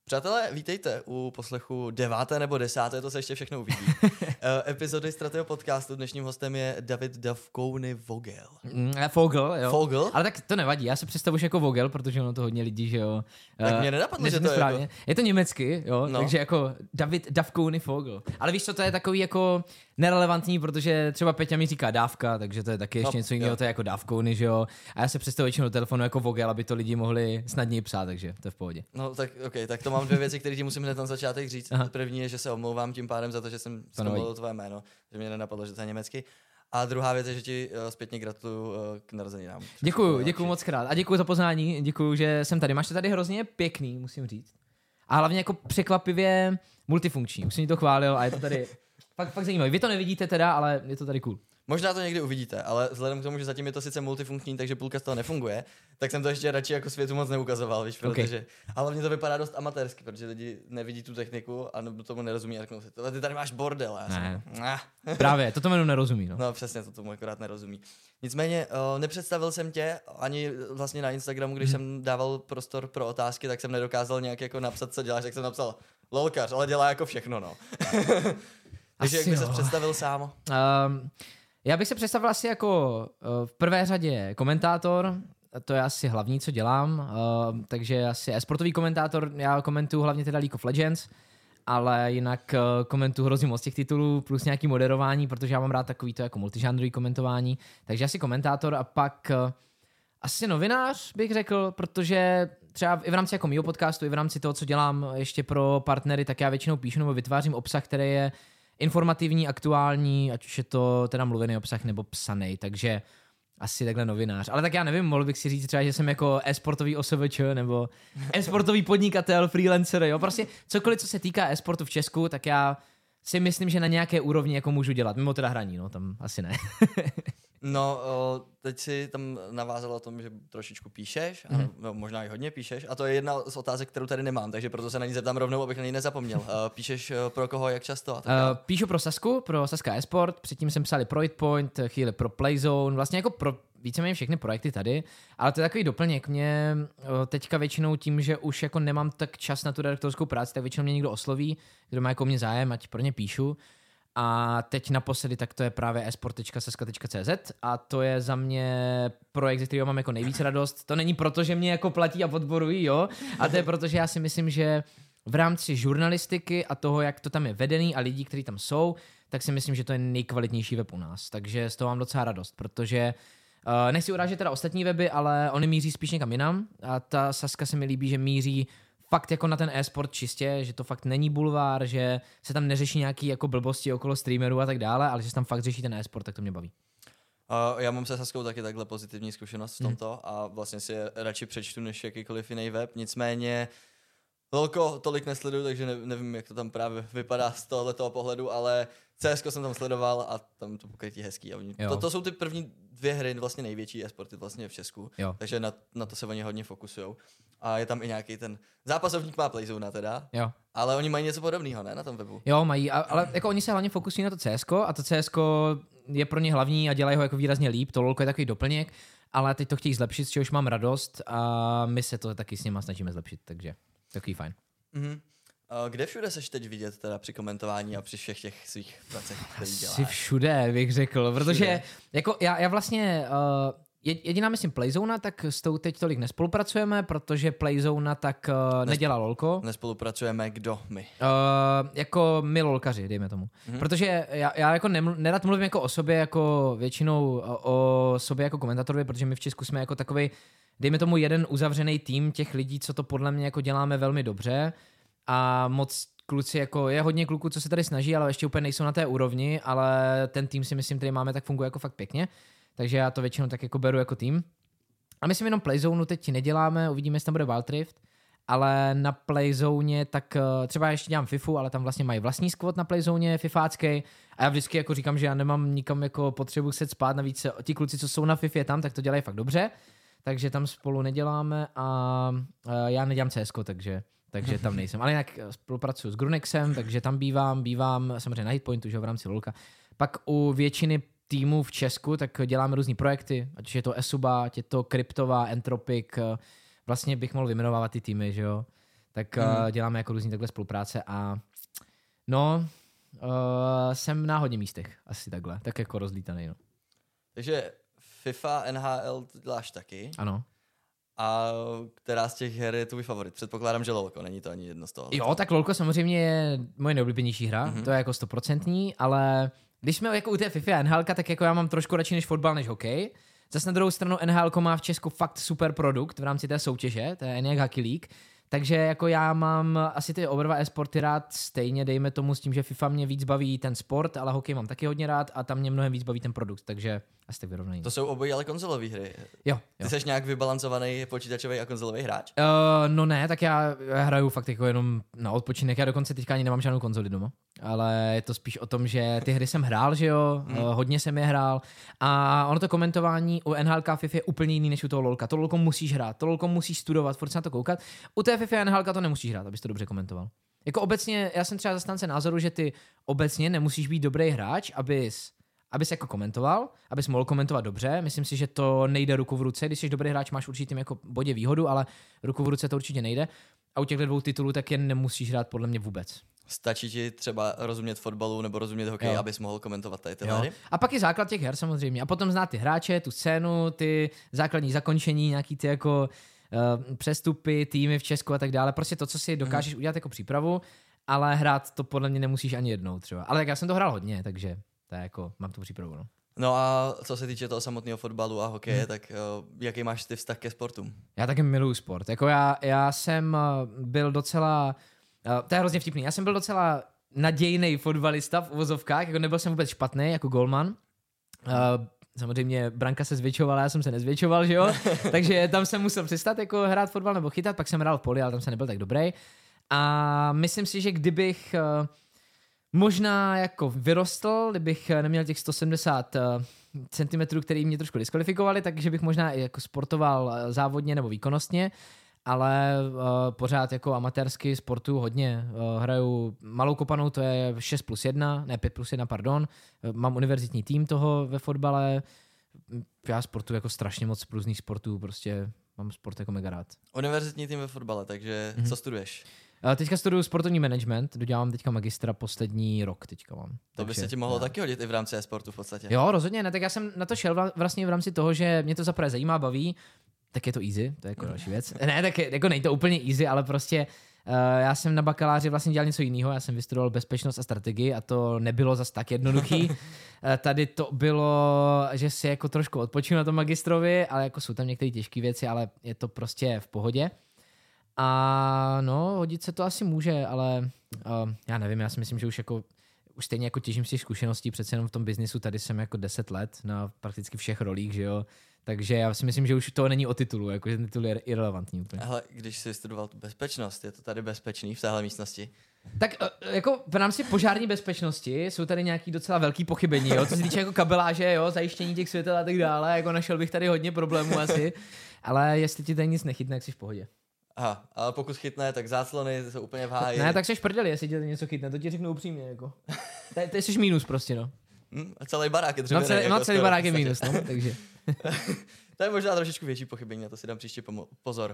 Přátelé, vítejte u poslechu 9. nebo 10. to se ještě všechno uvidí. Epizody Stratého podcastu. Dnešním hostem je David Duchovny Vogel. Vogel, jo. Vogel? Ale tak to nevadí, já se představuji jako Vogel, protože ono to hodně lidí, že jo. Tak mě nenapadlo, že to je správně. jako... Je to německy, jo, no. Takže jako David Duchovny Vogel. Ale víš co, to je takový jako nerelevantní, protože třeba Peťa mi říká dávka, takže to je taky ještě něco jiného, to je jako Duchovny, že jo. A já se představuji většinou do telefonu jako Vogel, aby to lidi mohli snadněji psát, takže to je v pohodě. No tak okay, tak to mám dvě věci, které ti musím hned na začátek říct. Aha. První je, že se omlouvám tím pádem za to, že jsem zkomolil tvoje jméno, že mě nenapadlo, že to je německy. A druhá věc je, že ti zpětně gratuluju k narozeninám. Děkuju moc krát a děkuju za poznání, děkuju, že jsem tady. Máš to tady hrozně pěkný, musím říct. A hlavně jako překvapivě multifunkční. Už jsem mi to chválil a je to tady fakt zajímavé. Vy to nevidíte teda, ale je to tady cool. Možná to někdy uvidíte, ale vzhledem k tomu, že zatím je to sice multifunkční, takže půlka z toho nefunguje, tak jsem to ještě radši jako světu moc neukazoval, víš, protože a hlavně to vypadá dost amatérsky, protože lidi nevidí tu techniku a tomu nerozumí a řeknou si, ty tady máš bordel. Právě, to tomu nerozumí. No přesně, to tomu akorát nerozumí. Nicméně nepředstavil jsem tě ani vlastně na Instagramu, když jsem dával prostor pro otázky, tak jsem nedokázal nějak jako napsat, co děláš, tak jsem napsal lolkař, ale dělá jako všechno, no. Takže jak bys se představil sám? Já bych se představil asi jako v prvé řadě komentátor, to je asi hlavní, co dělám, takže asi e-sportový komentátor, já komentuju hlavně teda League of Legends, ale jinak komentuju hrozně moc těch titulů, plus nějaký moderování, protože já mám rád takový to jako multižánrový komentování, takže asi komentátor a pak asi novinář bych řekl, protože třeba i v rámci jako mýho podcastu, i v rámci toho, co dělám ještě pro partnery, tak já většinou píšu nebo vytvářím obsah, který je informativní, aktuální, ať už je to teda mluvený obsah nebo psaný, takže asi takhle novinář. Ale tak já nevím, mohl bych si říct třeba, že jsem jako e-sportový OSVČ nebo e-sportový podnikatel, freelancer, jo, prostě cokoliv, co se týká e-sportu v Česku, tak já si myslím, že na nějaké úrovni jako můžu dělat, mimo teda hraní, no, tam asi ne. No, teď si tam navázala o tom, že trošičku píšeš, no, možná i hodně píšeš, a to je jedna z otázek, kterou tady nemám, takže proto se na ní zeptám rovnou, abych na ní nezapomněl. Píšeš pro koho, jak často? Píšu pro Sasku, pro Saska eSport, předtím jsem psal pro Hitpoint, chvíli pro Playzone, vlastně jako pro víceméně všechny projekty tady, ale to je takový doplněk. Mě teďka většinou tím, že už jako nemám tak čas na tu redaktorskou práci, tak většinou mě někdo osloví, kdo má jako mě zájem, ať pro ně píšu. A teď naposledy tak to je právě esport.saska.cz a to je za mě projekt, ze kterého mám jako nejvíc radost. To není proto, že mě jako platí a podporují, jo, a to je proto, že já si myslím, že v rámci žurnalistiky a toho, jak to tam je vedený a lidí, kteří tam jsou, tak si myslím, že to je nejkvalitnější web u nás. Takže z toho mám docela radost, protože nechci urážet teda ostatní weby, ale oni míří spíš někam jinam a ta Saska se mi líbí, že míří fakt jako na ten e-sport čistě, že to fakt není bulvár, že se tam neřeší nějaký jako blbosti okolo streamerů a tak dále, ale že se tam fakt řeší ten e-sport, tak to mě baví. Já mám se Saskou taky takhle pozitivní zkušenost v tomto a vlastně si je radši přečtu než jakýkoliv jiný web, nicméně velko tolik nesleduju, takže nevím, jak to tam právě vypadá z tohoto pohledu, ale CSko jsem tam sledoval a tam to pokrytí hezký. To jsou ty první dvě hry, vlastně největší e-sporty vlastně v Česku, takže na to se oni hodně fokusujou. A je tam i nějaký ten zápasovník má Playzone teda, ale oni mají něco podobného, ne, na tom webu? Jo, mají, ale jako oni se hlavně fokusují na to CSko a to CSko je pro ně hlavní a dělají ho jako výrazně líp, to LoLko je takový doplněk, ale teď to chtějí zlepšit, z čehož mám radost a my se to taky s nima snažíme zlepšit, takže takový fajn. Kde všude seš teď vidět teda při komentování a při všech těch svých pracech, který děláš? Asi všude, bych řekl, protože jako já vlastně jediná myslím Playzona, tak s tou teď tolik nespolupracujeme, protože Playzona tak nedělá LoLko. Nespolupracujeme kdo? My? Jako my LoLkaři, dejme tomu. Protože já jako nerad mluvím jako o sobě, jako většinou o sobě jako komentátorovi, protože my v Česku jsme jako takovej, dejme tomu jeden uzavřený tým těch lidí, co to podle mě jako děláme velmi dobře a moc kluci, jako je hodně kluků, co se tady snaží, ale ještě úplně nejsou na té úrovni, ale ten tým si myslím, který máme, tak funguje jako fakt pěkně. Takže já to většinou tak jako beru jako tým. A myslím jenom Playzone teď neděláme, uvidíme, jestli tam bude Wild Rift, ale na Playzone tak třeba ještě dělám FIFU, ale tam vlastně mají vlastní squad na Playzone, fifácký. A já vždycky jako říkám, že já nemám nikam jako potřebu se spát, navíc ti kluci, co jsou na Fifě tam, tak to dělají fakt dobře. Takže tam spolu neděláme a já nedělám CSko, takže tam nejsem. Ale jinak spolupracuju s Grunexem, takže tam bývám samozřejmě na Hitpointu, že v rámci LoLka. Pak u většiny týmů v Česku, tak děláme různý projekty, ať je to Esuba, ať je to Kryptová, Entropic, vlastně bych mohl vyjmenovávat ty týmy, že jo. tak děláme jako různý takhle spolupráce a no, jsem na hodně místech, asi takhle, tak jako rozlítaný, no. Takže FIFA, NHL děláš taky. Ano. A která z těch her je tvůj favorit? Předpokládám, že LoLko, není to ani jedno z toho. Jo, tak LoLko samozřejmě je moje nejoblíbenější hra, to je jako 100%, ale když jsme jako u té FIFA a NHL, tak jako já mám trošku radši než fotbal, než hokej. Zas na druhou stranu NHL má v Česku fakt super produkt v rámci té soutěže, to je ENIAC Hockey League, takže jako já mám asi ty oba dva e-sporty rád stejně, dejme tomu s tím, že FIFA mě víc baví ten sport, ale hokej mám taky hodně rád a tam mě mnohem víc baví ten produkt, takže asi tak vyrovnaný. To jsou obojí ale konzolové hry. Jo. Ty jsi nějak vybalancovaný počítačový a konzolový hráč? No ne, tak já hraju fakt jako jenom na odpočinek, já dokonce teďka ani nemám žádnou konzoli doma, ale je to spíš o tom, že ty hry jsem hrál, že jo, hodně jsem je hrál a ono to komentování u NHL FIFA je úplně jiný než u toho LoLka. To LoLko musíš hrát, to LoLko musíš studovat, furt se na to koukat. U té FIFA a NHL to nemusíš hrát, abys to dobře komentoval. Jako obecně, já jsem třeba zastánce názoru, že ty obecně nemusíš být dobrý hráč, abys jako komentoval, abys mohl komentovat dobře. Myslím si, že to nejde ruku v ruce. Když jsi dobrý hráč, máš určitým jako bodě výhodu, ale ruku v ruce to určitě nejde. A u těchto dvou titulů tak je nemusíš hrát podle mě vůbec. Stačí ti třeba rozumět fotbalu nebo rozumět hokeji, abys mohl komentovat tady ty hry? A pak je základ těch her samozřejmě. A potom znát ty hráče, tu scénu, ty základní zakončení, nějaký ty jako přestupy, týmy v Česku a tak dále. Prostě to, co si dokážeš udělat jako přípravu, ale hrát to podle mě nemusíš ani jednou třeba. Ale tak já jsem to hrál hodně, takže to je jako, mám tu přípravu. No. No a co se týče toho samotného fotbalu a hokeje, tak jaký máš ty vztah ke sportům? Já taky miluju sport. Jako já jsem byl docela, to je hrozně vtipný, já jsem byl docela nadějnej fotbalista v uvozovkách, jako nebyl jsem vůbec špatný jako golman. Samozřejmě branka se zvětšovala, já jsem se nezvětšoval, že jo? Takže tam jsem musel přestat jako hrát fotbal nebo chytat, pak jsem hrál v poli, ale tam jsem nebyl tak dobrý. A myslím si, že kdybych možná jako vyrostl, kdybych neměl těch 170 cm, který mě trošku diskvalifikovali, takže bych možná i jako sportoval závodně nebo výkonnostně, ale pořád jako amatérsky sportu hodně. Hraju malou kopanou, to je 6+1, ne 5+1, pardon. Mám univerzitní tým toho ve fotbale. Já sportuju jako strašně moc různých sportů, prostě mám sport jako mega rád. Univerzitní tým ve fotbale, takže co studuješ? Teďka studuju sportovní management, dodělám teďka magistra poslední rok teďka mám. To by se ti mohlo taky hodit i v rámci e-sportu v podstatě. Jo, rozhodně, ne, tak já jsem na to šel vlastně v rámci toho, že mě to zaprvé zajímá, baví, tak je to easy, to je jako další věc. Ne, tak jako nejde to úplně easy, ale prostě já jsem na bakaláři vlastně dělal něco jiného, já jsem vystudoval bezpečnost a strategii a to nebylo zas tak jednoduchý. Tady to bylo, že si jako trošku odpočinu na tom magistrovi, ale jako jsou tam některé těžké věci, ale je to prostě v pohodě. A no, hodit se to asi může, ale já nevím, já si myslím, že už stejně jako těžím z těch zkušeností, přece jenom v tom biznisu, tady jsem jako 10 let na prakticky všech rolích, že jo. Takže já si myslím, že už to není o titulu, jakože ten titul je irrelevantní úplně. Ale když jsi studoval tu bezpečnost, je to tady bezpečný v téhle místnosti? Tak jako v rámci požární bezpečnosti jsou tady nějaký docela velký pochybení, jo, co se týče jako kabeláže, jo, zajištění těch světel a tak dále, jako našel bych tady hodně problémů asi, ale jestli ti tady nic nechytne, tak jsi v pohodě. Aha, ale pokud chytne, tak záclony jsou úplně v háji. Ne, tak seš prdeli, jestli ti to něco chytne, to ti řeknu upřímně, jako. Ty jsi mínus prostě, no. Celý barák je dřevěný. No celý barák je mínus, no, takže. To je možná trošičku větší pochybení, na to si dám příště pozor.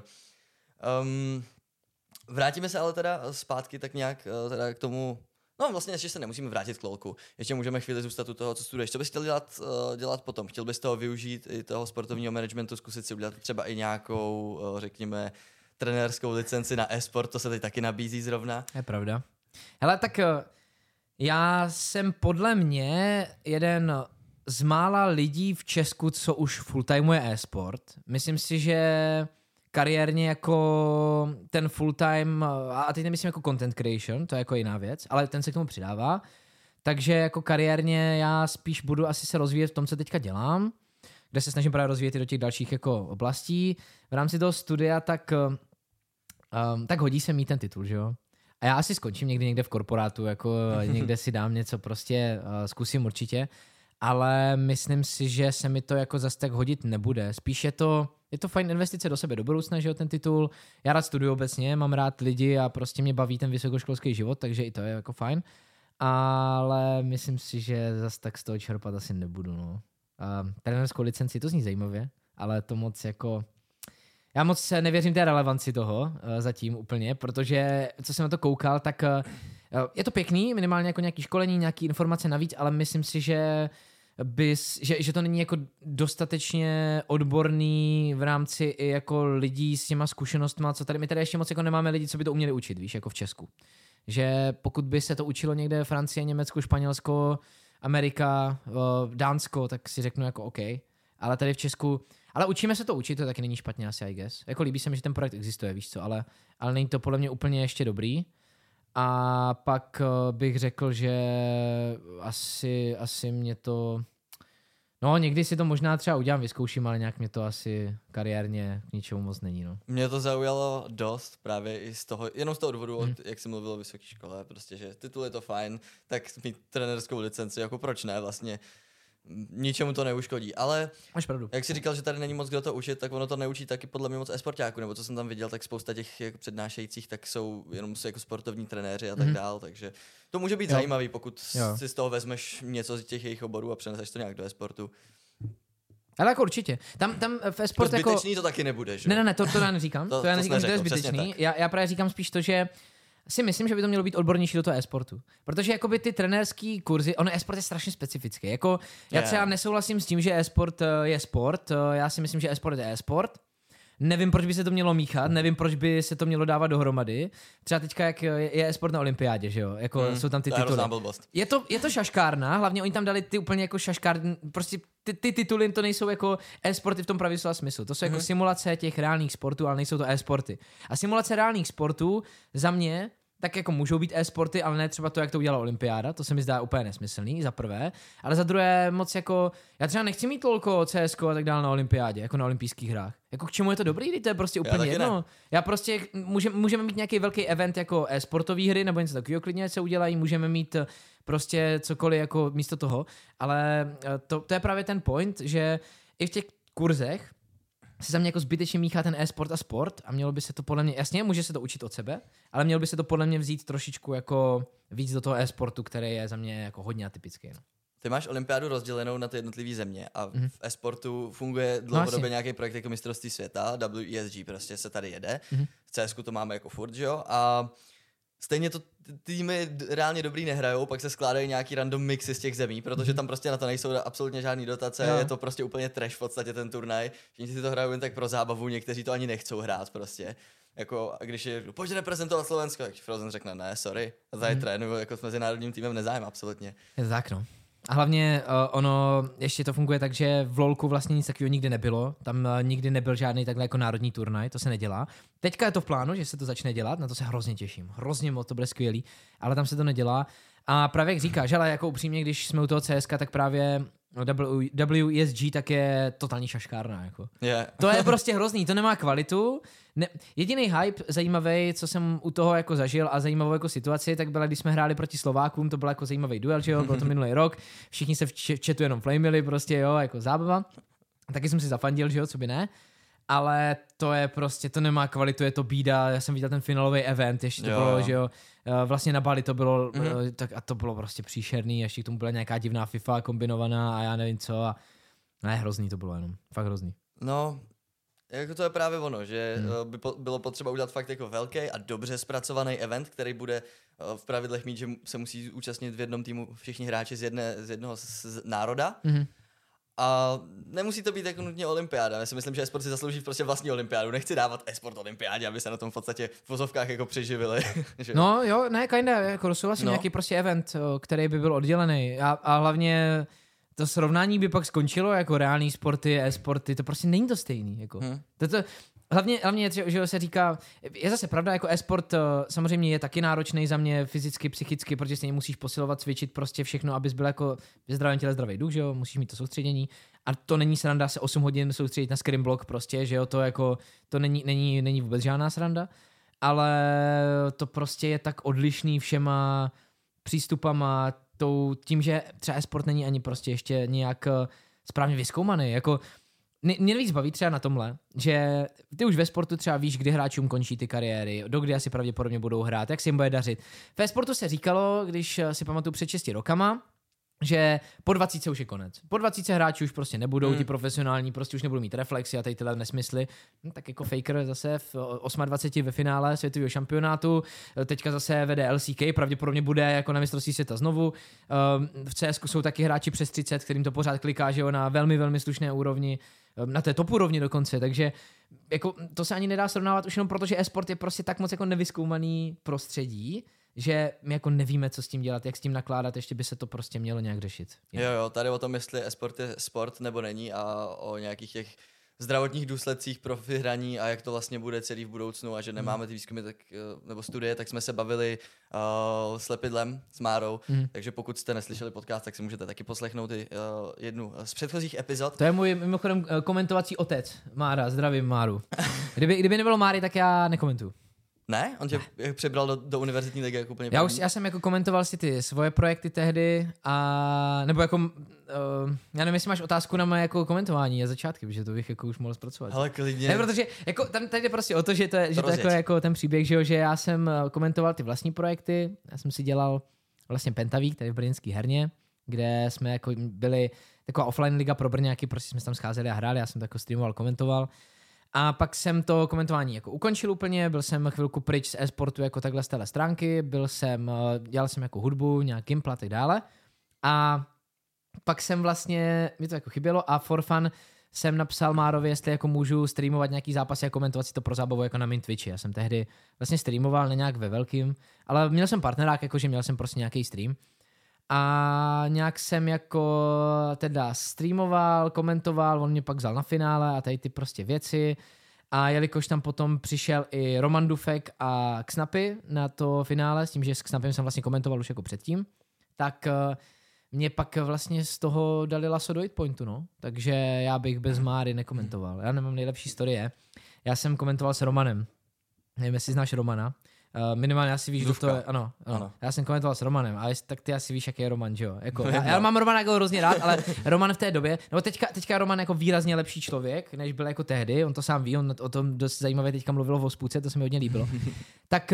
Vrátíme se ale teda zpátky tak nějak teda k tomu, no vlastně ještě se nemusíme vrátit k LoLku. Ještě můžeme chvíli zůstat u toho, co studuješ. Co bys chtěl dělat potom? Chtěl bys toho využít i toho sportovního managementu, zkusit si udělat třeba i nějakou, řekněme, trenérskou licenci na e-sport, to se teď taky nabízí zrovna. Je pravda. Hele, tak já jsem podle mě jeden z mála lidí v Česku, co už fulltimeuje e-sport. Myslím si, že kariérně jako ten fulltime, a teď nemyslím jako content creation, to je jako jiná věc, ale ten se k tomu přidává. Takže jako kariérně já spíš budu asi se rozvíjet v tom, co teďka dělám, kde se snažím právě rozvíjet i do těch dalších jako oblastí. V rámci toho studia tak hodí se mít ten titul, že jo? A já asi skončím někde v korporátu, jako někde si dám něco, prostě zkusím určitě, ale myslím si, že se mi to jako zas tak hodit nebude. Spíš je to fajn investice do sebe, do budoucna, že jo, ten titul. Já rád studuju obecně, mám rád lidi a prostě mě baví ten vysokoškolský život, takže i to je jako fajn. Ale myslím si, že zas tak z toho čerpat asi nebudu, no. Trenérskou licenci, to zní zajímavě, ale to moc jako... Já moc nevěřím té relevanci toho zatím úplně, protože co jsem na to koukal, tak je to pěkný, minimálně jako nějaký školení, nějaký informace navíc, ale myslím si, že to není jako dostatečně odborný v rámci i jako lidí s těma zkušenostma, co tady, my tady ještě moc jako nemáme lidi, co by to uměli učit, víš, jako v Česku. Že pokud by se to učilo někde Francie, Německo, Španělsko, Amerika, Dánsko, tak si řeknu jako OK, ale tady v Česku, ale učíme se to učit, to taky není špatně asi, I guess. Jako líbí se mi, že ten projekt existuje, víš co, ale není to podle mě úplně ještě dobrý. A pak bych řekl, že asi mě to... No, někdy si to možná třeba udělám, vyzkouším, ale nějak mě to asi kariérně k ničemu moc není, no. Mě to zaujalo dost právě i z toho, jenom z toho důvodu, jak jsem mluvil o vysoké škole, prostě, že titul je to fajn, tak mít trenerskou licenci, jako proč ne, vlastně ničemu to neuškodí, ale máš pravdu. Jak jsi říkal, že tady není moc kdo to učit, tak ono to neučí taky podle mě moc e-sportáků, nebo co jsem tam viděl, tak spousta těch jako přednášejících tak jsou jenom jako sportovní trenéři a tak dál, takže to může být zajímavý, pokud si z toho vezmeš něco z těch jejich oborů a přeneseš to nějak do e-sportu. Ale jako určitě. Tam v e-sport to zbytečný jako... to taky nebude, že? Ne, to já neříkám. to já neříkám, že to je zbytečný. Já právě říkám spíš to, že si myslím, že by to mělo být odbornější do toho e-sportu. Protože jakoby ty trenérský kurzy, ono e-sport je strašně specifický. Jako, já třeba nesouhlasím s tím, že e-sport je sport. Já si myslím, že e-sport je e-sport. Nevím, proč by se to mělo míchat, nevím, proč by se to mělo dávat dohromady. Třeba teďka, jak je e-sport na olympiádě, že jo? Jako jsou tam ty tituly. Je to šaškárna, hlavně oni tam dali ty úplně jako šaškárny, prostě ty tituly to nejsou jako e-sporty v tom pravý slova smyslu. To jsou jako simulace těch reálných sportů, ale nejsou to e-sporty. A simulace reálných sportů za mě tak jako můžou být e-sporty, ale ne třeba to, jak to udělala olympiáda, to se mi zdá úplně nesmyslný, za prvé, ale za druhé moc jako, já třeba nechci mít lolko, CSko a tak dále na olympiádě, jako na olympijských hrách. Jako k čemu je to dobrý, když to je prostě úplně jedno. Já prostě, můžeme mít nějaký velký event jako e-sportový hry, nebo něco takového klidně se udělají, můžeme mít prostě cokoliv jako místo toho, ale to je právě ten point, že i v těch kurzech se za mě jako zbytečně míchá ten e-sport a sport a mělo by se to podle mě, jasně, může se to učit od sebe, ale mělo by se to podle mě vzít trošičku jako víc do toho e-sportu, který je za mě jako hodně atypický. No. Ty máš olympiádu rozdělenou na ty jednotlivé země a v e-sportu funguje dlouhodobě nějaký projekt jako mistrovství světa, WESG prostě se tady jede, v CSku to máme jako furt, jo, a stejně to týmy reálně dobrý nehrajou, pak se skládají nějaký random mixy z těch zemí, protože tam prostě na to nejsou absolutně žádný dotace, je to prostě úplně trash v podstatě ten turnaj. Všichni si to hrajou jen tak pro zábavu, někteří to ani nechcou hrát prostě. Jako, a když je, pojď reprezentovat Slovensko, tak Frozen řekne, ne, sorry, tady trénuju jako s mezinárodním týmem nezájem, absolutně. Je to tak, no. A hlavně ono ještě to funguje tak, že v LoLku vlastně nic takového nikdy nebylo. Tam nikdy nebyl žádný takhle jako národní turnaj, to se nedělá. Teďka je to v plánu, že se to začne dělat, na to se hrozně těším. Hrozně moc, to bude skvělý, ale tam se to nedělá. A právě jak říkáš, ale jako upřímně, když jsme u toho CSK, tak právě WESG tak je totální šaškárna. Jako. To je prostě hrozný, to nemá kvalitu. Jediný hype zajímavý, co jsem u toho jako zažil a zajímavou jako situaci, tak byla, když jsme hráli proti Slovákům, to byl jako zajímavý duel, že jo, bylo to minulý rok, všichni se v chatu jenom flamili, prostě jo, jako zábava. Taky jsem si zafandil, že jo, co by ne. Ale to je prostě, to nemá kvalitu, je to bída, já jsem viděl ten finálový event, ještě to bylo, že jo, vlastně na Bali to bylo, tak a to bylo prostě příšerný, ještě k tomu byla nějaká divná FIFA kombinovaná a já nevím co a ne, hrozný to bylo jenom, fakt hrozný. No, jako to je právě ono, že by bylo potřeba udělat fakt jako velký a dobře zpracovaný event, který bude v pravidlech mít, že se musí účastnit v jednom týmu všichni hráči z jednoho z národa. A nemusí to být jako nutně olympiáda. Já si myslím, že e-sport si zaslouží prostě vlastní olympiádu. Nechci dávat e-sport olympiádě, aby se na tom v podstatě v vozovkách jako přeživili. No jo, ne, kinda, jako souhlasím, nějaký prostě event, který by byl oddělený. A hlavně to srovnání by pak skončilo jako reální sporty, e-sporty, to prostě není to stejný. Jako. Hlavně, že se říká, je zase pravda, jako e-sport samozřejmě je taky náročný za mě fyzicky, psychicky, protože se musíš posilovat, cvičit prostě všechno, abys byl jako ve zdravém těle zdravý duch, že jo, musíš mít to soustředění. A to není sranda se 8 hodin soustředit na scrimblok prostě, že jo, to jako, to není vůbec žádná sranda, ale to prostě je tak odlišný všema přístupama, tím, že třeba e-sport není ani prostě ještě nějak správně vyzkoumaný, jako mě nejvíc baví třeba na tomhle, že ty už ve sportu třeba víš, kdy hráčům končí ty kariéry, dokdy asi pravděpodobně budou hrát, jak se jim bude dařit. Ve sportu se říkalo, když si pamatuju před 6 rokama, že po 20 už je konec. Po 20 hráči už prostě nebudou, ti profesionální prostě už nebudou mít reflexy a tady tyhle nesmysly. No, tak jako Faker zase v 28 ve finále světového šampionátu, teďka zase vede LCK, pravděpodobně bude jako na mistrovství světa znovu. V CSku jsou taky hráči přes 30, kterým to pořád kliká, že jo, na velmi, velmi slušné úrovni, na té top úrovni dokonce, takže jako to se ani nedá srovnávat už jenom proto, že e-sport je prostě tak moc jako nevyzkoumaný prostředí, že my jako nevíme, co s tím dělat, jak s tím nakládat, ještě by se to prostě mělo nějak řešit. Jo, tady o tom, jestli e-sport je sport nebo není a o nějakých těch zdravotních důsledcích pro vyhraní a jak to vlastně bude celý v budoucnu a že nemáme ty výzkumy nebo studie, tak jsme se bavili s Lepidlem, s Márou, takže pokud jste neslyšeli podcast, tak si můžete taky poslechnout jednu z předchozích epizod. To je můj mimochodem komentovací otec, Mára, zdravím Máru. Kdyby nebylo Máry, tak já nekomentuju. Ne? On tě přebral do univerzitní ligy jako úplně já jsem jako komentoval si ty svoje projekty tehdy a nebo jako já nevím, jestli máš otázku na moje jako komentování a začátky, protože to bych jako už mohl zpracovat. Ale klidně. Ne, protože jako tam tady jde prostě o to, že to je jako ten příběh, že já jsem komentoval ty vlastní projekty, já jsem si dělal vlastně Pentavík tady v brněnský herně, kde jsme jako byli taková offline liga pro Brňáky, prostě jsme tam scházeli a hráli, já jsem to jako streamoval, komentoval. A pak jsem to komentování jako ukončil úplně, byl jsem chvilku pryč z e-sportu jako takhle z téhle stránky, dělal jsem jako hudbu, nějak gimpla a tak dále. A pak jsem vlastně, mi to jako chybělo a for fun jsem napsal Márovi, jestli jako můžu streamovat nějaký zápasy a komentovat si to pro zábavu jako na mým Twitchi. Já jsem tehdy vlastně streamoval, ne nějak ve velkým, ale měl jsem partnerák, jakože měl jsem prostě nějaký stream. A nějak jsem jako teda streamoval, komentoval, on mě pak vzal na finále a tady ty prostě věci. A jelikož tam potom přišel i Roman Dufek a Xnapy na to finále, s tím, že s Xnapem jsem vlastně komentoval už jako předtím, tak mě pak vlastně z toho dali laso do hitpointu, no. Takže já bych bez Máry nekomentoval. Já nemám nejlepší story, já jsem komentoval s Romanem. Nevím, jestli znáš Romana. Minimálně asi víš, kdo to je. Ano. Já jsem komentoval s Romanem, ale tak ty asi víš, jaký je Roman, že jo? Jako, já mám Romana jako hrozně rád, ale Roman v té době, nebo teďka Roman jako výrazně lepší člověk, než byl jako tehdy, on to sám ví, on o tom dost zajímavě teďka mluvil o Spůce, to se mi hodně líbilo. Tak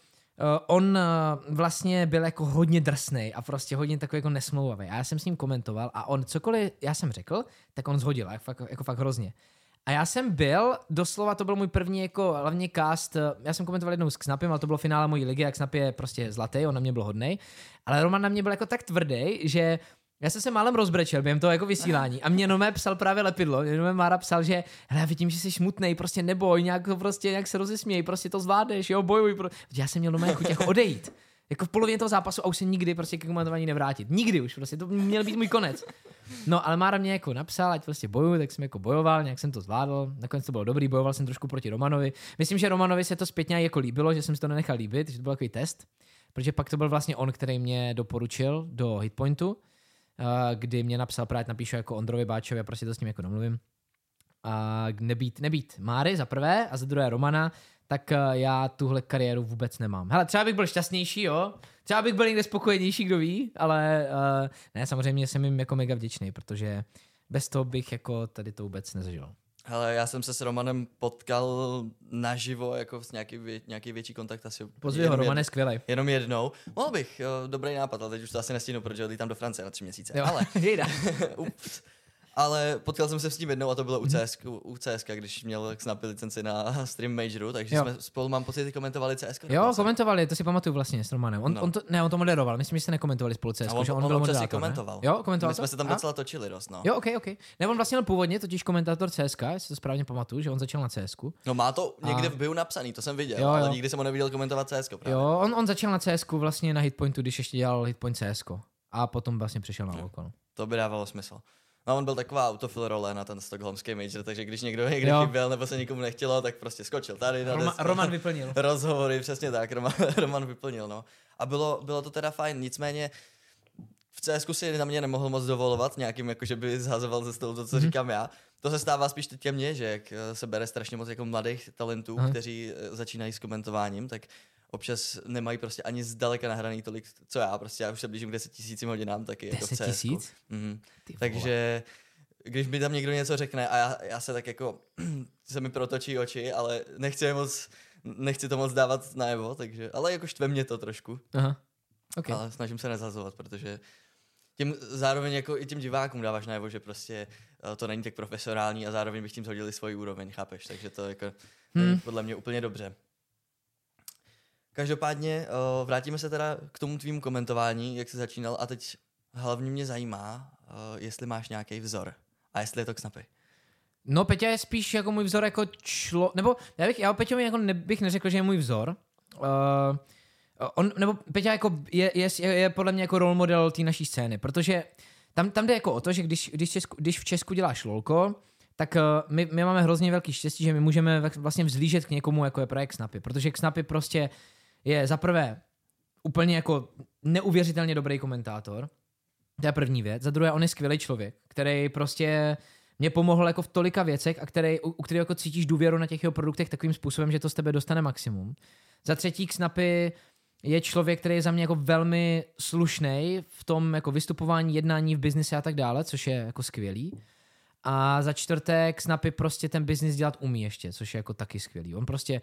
on vlastně byl jako hodně drsnej a prostě hodně takový jako nesmlouvavý. A já jsem s ním komentoval a on cokoliv já jsem řekl, tak on zhodil, jako fakt hrozně. A já jsem byl, doslova to byl můj první jako hlavně cast, já jsem komentoval jednou s Xnapem, ale to bylo finále mojí ligy, jak Xnap je prostě zlatý, on na mě byl hodnej, ale Roman na mě byl jako tak tvrdý, že já jsem se málem rozbrečel během toho jako vysílání a mě Nome psal právě Lepidlo, Nome Mára psal, že hele, já vidím, že jsi smutnej, prostě neboj, nějak se rozesměj, prostě to zvládneš, jo, bojuj. Já jsem měl Nome chuť jako odejít. Jako v polovině toho zápasu a už se nikdy prostě k komentování nevrátit. Nikdy už, prostě to měl být můj konec. No, ale Mára mě jako napsal, ať prostě bojuju, tak jsem jako bojoval, nějak jsem to zvládl, nakonec to bylo dobrý, bojoval jsem trošku proti Romanovi. Myslím, že Romanovi se to zpětně jako líbilo, že jsem si to nenechal líbit, že to byl takový test, protože pak to byl vlastně on, který mě doporučil do Hitpointu, kdy mě napsal, právě napíšu jako Ondrovi Báčovi a prostě to s ním jako domluvím. A nebýt Máry za prvé a za druhé Romana, tak já tuhle kariéru vůbec nemám. Hele, třeba bych byl šťastnější, jo? Třeba bych byl někde spokojenější, kdo ví, ale ne, samozřejmě jsem jim jako mega vděčný, protože bez toho bych jako tady to vůbec nezažil. Hele, já jsem se s Romanem potkal naživo, jako s nějaký větší kontakt asi. Pozvi ho, Roman je skvělej. Jenom jednou. Mohl bych, dobrý nápad, ale teď už to asi nestihnu, protože lítám do Francie na 3 měsíce. Jo, ale ups. Ale potkal jsem se s ním jednou a to bylo u CSK, když měl Xnapy licenci na Stream Majoru, takže jsme spolu, mám pocit, komentovali CSK. Jo, komentovali, to si pamatuju vlastně s Romanem. On to moderoval, myslím, že jste nekomentovali spolu CSK, že on byl moderátor, komentoval. Ne? Jo, komentoval. My jsme se tam docela točili dost, no. Jo, OK. Ne, on vlastně byl původně totiž komentátor CSK, jestli to správně pamatuju, že on začal na CSK. No má to někde v bio napsaný, to jsem viděl, ale nikdy jsem ho neviděl komentovat CSK právě. Jo, on začal na CSK vlastně na Hitpointu, když ještě dělal Hitpoint CSK. A potom vlastně přišel na Volconu. To by dávalo smysl. No, on byl taková autofill role na ten stockholmský major, takže když někdo někde chyběl nebo se nikomu nechtělo, tak prostě skočil tady na Roman vyplnil. Rozhovory, přesně tak, Roman vyplnil, no. A bylo to teda fajn, nicméně v CSku si na mě nemohl moc dovolovat nějakým, jako že by zhazoval ze stolu to, co říkám já. To se stává spíš teď mně, že jak se bere strašně moc jako mladých talentů, kteří začínají s komentováním, tak občas nemají prostě ani zdaleka nahraný tolik, co já. Prostě já už se blížím k 10 000 hodinám taky. 10 jako 000? Takže když mi tam někdo něco řekne a já se tak jako se mi protočí oči, ale nechci to moc dávat najevo, takže, ale jako štve mě to trošku. Aha. Okay. Ale snažím se nezhazovat, protože tím zároveň jako i těm divákům dáváš najevo, že prostě to není tak profesionální a zároveň bych tím zhodili svoji úroveň, chápeš? Takže to jako není podle mě úplně dobře. Každopádně vrátíme se teda k tomu tvýmu komentování, jak jsi začínal a teď hlavně mě zajímá, jestli máš nějaký vzor a jestli je to Xnapy. No, Peťa je spíš jako můj vzor jako nebo já o Peťovi jako bych neřekl, že je můj vzor. Nebo Peťa jako je podle mě jako role model té naší scény, protože tam jde jako o to, že když v Česku děláš lolko, tak my máme hrozně velký štěstí, že my můžeme vlastně vzlížet k někomu, jako je projekt Xnapy, protože Xnapy prostě je za prvé úplně jako neuvěřitelně dobrý komentátor, to je první věc, za druhé on je skvělý člověk, který prostě mě pomohl jako v tolika věcech a u kterého jako cítíš důvěru na těch jeho produktech takovým způsobem, že to z tebe dostane maximum. Za třetí Xnapy je člověk, který je za mě jako velmi slušnej v tom jako vystupování, jednání v biznise a tak dále, což je jako skvělý. A za čtvrté Xnapy prostě ten biznis dělat umí ještě, což je jako taky skvělý.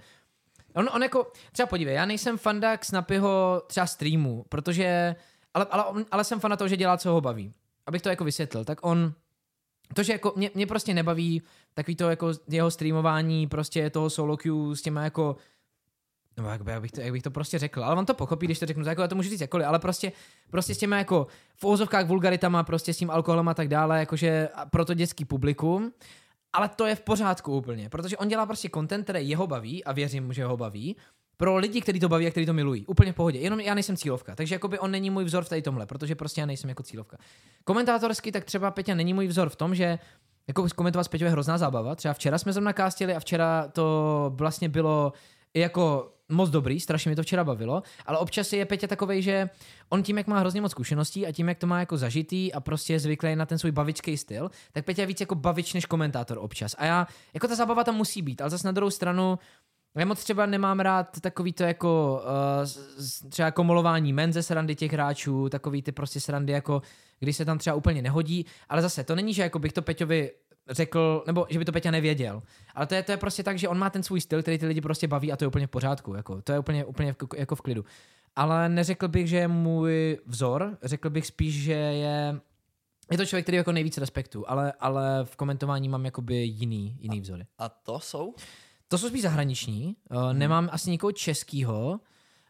On jako, třeba podívej, já nejsem fanda Xnapyho třeba streamu, protože, ale jsem fanda toho, že dělá, co ho baví. Abych to jako vysvětlil, tak to, že jako mě prostě nebaví takový to jako jeho streamování prostě toho solo queue s těma jako no, jak bych to prostě řekl, ale on to pochopí, když to řeknu, jako já to můžu říct jakkoliv, ale prostě s těma jako v úvozovkách vulgaritama, prostě s tím alkoholem a tak dále, jakože pro to dětský publikum, ale to je v pořádku úplně, protože on dělá prostě content, který jeho baví a věřím, že ho baví, pro lidi, kteří to baví a kteří to milují. Úplně v pohodě. Jenom já nejsem cílovka. Takže jakoby on není můj vzor v tady tomhle, protože prostě já nejsem jako cílovka. Komentátorsky tak třeba Peťa není můj vzor v tom, že jako komentovat s Peťou je hrozná zábava. Třeba včera jsme zrovna kástili a včera to vlastně bylo jako moc dobrý, strašně mi to včera bavilo, ale občas je Peťa takovej, že on tím, jak má hrozně moc zkušeností a tím, jak to má jako zažitý a prostě je zvyklý na ten svůj bavičský styl, tak Peťa je víc jako bavič než komentátor občas. A já, jako ta zábava tam musí být, ale zase na druhou stranu já moc třeba nemám rád takový to jako třeba komolování men ze srandy těch hráčů, takový ty prostě srandy jako, když se tam třeba úplně nehodí, ale zase to není, že jako bych to Peťovi řekl, nebo že by to Peťa nevěděl. Ale to je prostě tak, že on má ten svůj styl, který ty lidi prostě baví a to je úplně v pořádku. Jako, to je úplně jako v klidu. Ale neřekl bych, že je můj vzor, řekl bych spíš, že je to člověk, který jako nejvíc respektu, ale v komentování mám jakoby jiný vzory. A to jsou? To jsou spíš zahraniční. Nemám asi nikoho českýho.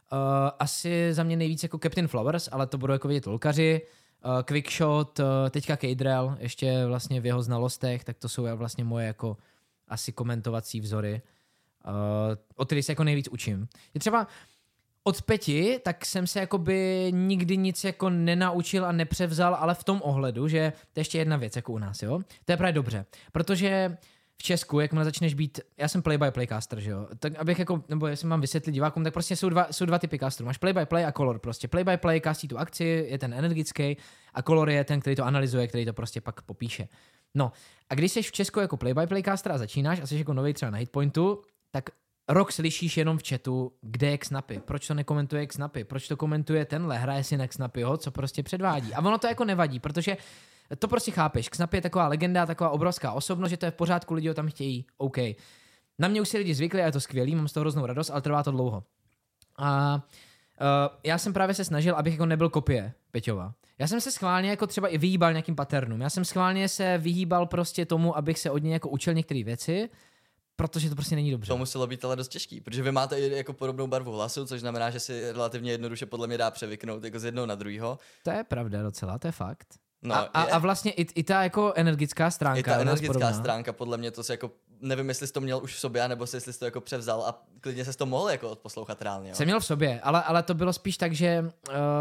Asi za mě nejvíc jako Captain Flowers, ale to budou jako vidět lolkaři. Quickshot, teďka Kejdrel, ještě vlastně v jeho znalostech, tak to jsou vlastně moje jako asi komentovací vzory, od kterých se jako nejvíc učím. Je třeba od Peti, tak jsem se jakoby nikdy nic jako nenaučil a nepřevzal, ale v tom ohledu, že to je ještě jedna věc jako u nás, jo. To je právě dobře, protože v Česku, jakmile začneš být, já jsem play-by-play caster, že jo, tak abych jako, nebo jestli mám vysvětlit divákům, tak prostě jsou dva typy casterů. Máš play-by-play a color prostě. Play-by-play castí tu akci, je ten energický a color je ten, který to analyzuje, který to prostě pak popíše. No a když jsi v Česku jako play-by-play caster a začínáš a jsi jako novej třeba na hitpointu, tak rok slyšíš jenom v chatu, kde je Xnapy, proč to nekomentuje Xnapy, proč to komentuje tenhle, hraje si na Xnapyho, co prostě předvádí. A ono to jako nevadí, protože to prostě chápeš. Xnapy je taková legenda, taková obrovská osobnost, že to je v pořádku, lidi ho tam chtějí, OK. Na mě už si lidi zvykli a je to skvělý, mám z toho hroznou radost, ale trvá to dlouho. A já jsem právě se snažil, abych jako nebyl kopie Peťova. Já jsem se schválně jako třeba i vyhýbal nějakým patternům. Já jsem schválně se vyhýbal prostě tomu, abych se od něj jako učil některé věci, protože to prostě není dobře. To muselo být ale dost těžký, protože vy máte i jako podobnou barvu hlasu, což znamená, že si relativně jednoduše podle mě dá převyknout jako z jednoho na druhého. To je pravda docela, to je fakt. No, a vlastně i ta jako energická stránka. I ta energická stránka, podle mě to si jako, nevím, jestli jsi to měl už v sobě, nebo jestli jsi to jako převzal a klidně jsi to mohl jako odposlouchat reálně. Jo? Jsem měl v sobě, ale to bylo spíš tak, že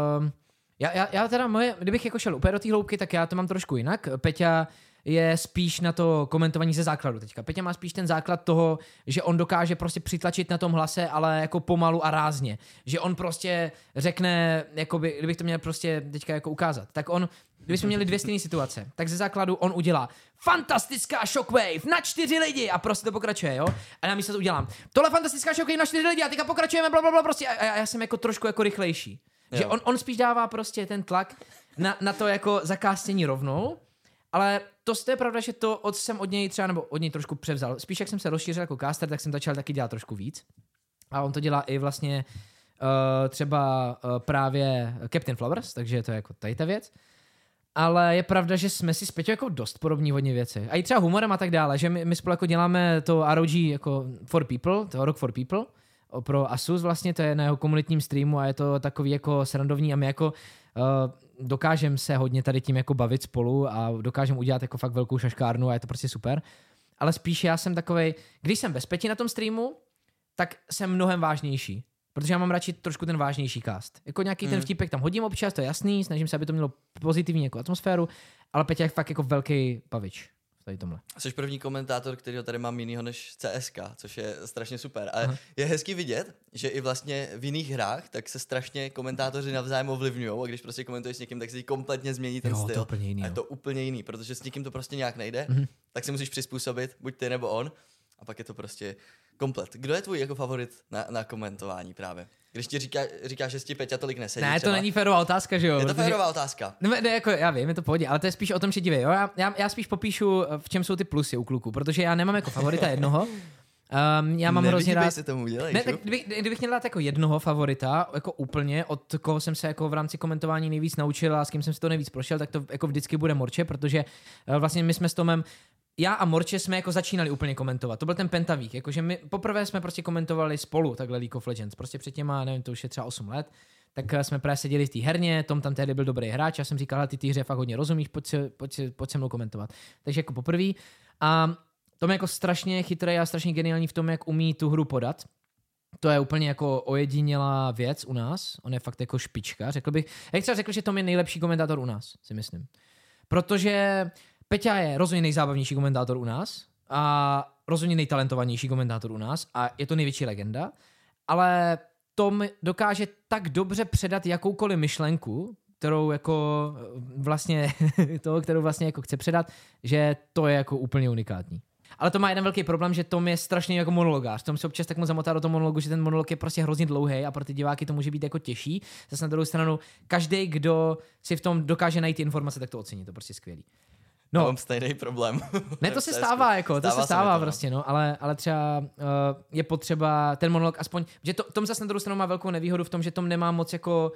já teda kdybych jako šel úplně do té hloubky, tak já to mám trošku jinak. Peťa je spíš na to komentování ze základu teďka. Peťa má spíš ten základ toho, že on dokáže prostě přitlačit na tom hlase, ale jako pomalu a rázně. Že on prostě řekne, jakoby, kdybych to měl prostě teďka jako ukázat, tak on, kdybychom měli dvě stejné situace, tak ze základu on udělá fantastická shockwave na 4 lidi a prostě to pokračuje, jo? A já místo to udělám. Tohle fantastická shockwave na 4 lidi a teďka pokračujeme, blablabla, prostě a já jsem jako trošku jako rychlejší. Jo. Že on spíš dává prostě ten tlak na to jako zakástění rovnou. Ale to je pravda, že to jsem od něj třeba, nebo od něj trošku převzal. Spíš jak jsem se rozšířil jako caster, tak jsem začal taky dělat trošku víc. A on to dělá i vlastně třeba právě Captain Flowers, takže to je jako tady ta věc. ale je pravda, že jsme si s Peťou jako dost podobní v hodně věcech. A i třeba humorem a tak dále, že my spolu jako děláme to ROG jako for people, to Rock for people, pro Asus vlastně, to je na jeho komunitním streamu a je to takový jako srandovní a my jako dokážeme se hodně tady tím jako bavit spolu a dokážeme udělat jako fakt velkou šaškárnu a je to prostě super. Ale spíš já jsem takovej, když jsem bez Peti na tom streamu, tak jsem mnohem vážnější. Protože já mám radši trošku ten vážnější cast. Jako nějaký ten vtipek tam hodím občas, to je jasný, snažím se, aby to mělo pozitivní jako atmosféru, ale Peťa je fakt jako velký pavič v tady tomhle. Jsi první komentátor, kterýho tady mám jinýho než CSK, což je strašně super. A je hezky vidět, že i vlastně v jiných hrách tak se strašně komentátoři navzájem ovlivňují a když prostě komentuješ s někým, tak si kompletně změní ten styl. To úplně jiný, a je to úplně jiný, protože s někým to prostě nějak nejde, tak si musíš přizpůsobit, buď ty nebo on, a pak je to prostě komplet. Kdo je tvůj jako favorit na komentování právě? Když ti říkáš, že ti Peťa tolik nesedí. Ne, třeba. to není férová otázka, že jo? Je to férová otázka. Ne, jako já vím, je to pohodě, ale to je spíš o tom, že dívej, jo? Já spíš popíšu, v čem jsou ty plusy u kluků, protože já nemám jako favorita jednoho. Já mám hrozně rád. Se tomu udělej, ne, tak kdybych měl dát jako jednoho favorita, jako úplně, od koho jsem se jako v rámci komentování nejvíc naučil a s kým jsem si to nejvíc prošel, tak to jako vždycky bude Morče, protože vlastně my jsme s Tomem já a Morče jsme jako začínali úplně komentovat. To byl ten Pentavík, jakože my poprvé jsme prostě komentovali spolu takhle League of Legends. Prostě před těma, nevím, to už je třeba 8 let. Tak jsme právě seděli v té herně, Tom tam tehdy byl dobrý hráč, já jsem říkal, ty hře fakt hodně rozumíš, pojď se mnou komentovat. Takže jako poprvé. A Tom je jako strašně chytrý a strašně geniální v tom, jak umí tu hru podat. To je úplně jako ojedinělá věc u nás. On je fakt jako špička. Řekl bych, jak třeba řekl, že Tom je nejlepší komentátor u nás, si myslím. Protože Peťa je rozhodně nejzábavnější komentátor u nás a rozhodně nejtalentovanější komentátor u nás a je to největší legenda, ale Tom dokáže tak dobře předat jakoukoliv myšlenku, kterou jako vlastně jako chce předat, že to je jako úplně unikátní. Ale to má jeden velký problém, že Tom je strašně jako monologář. Tom se občas tak moc zamotá do toho monologu, že ten monolog je prostě hrozně dlouhý a pro ty diváky to může být jako těžší. Zase na druhou stranu, každý, kdo si v tom dokáže najít ty informace, tak to ocení, to prostě skvělý. No, mám stejný problém. Ne, to se stává, jako, to se stává prostě, no, ale třeba je potřeba ten monolog aspoň, že Tom zase na druhou stranu má velkou nevýhodu v tom, že Tom nemá moc jako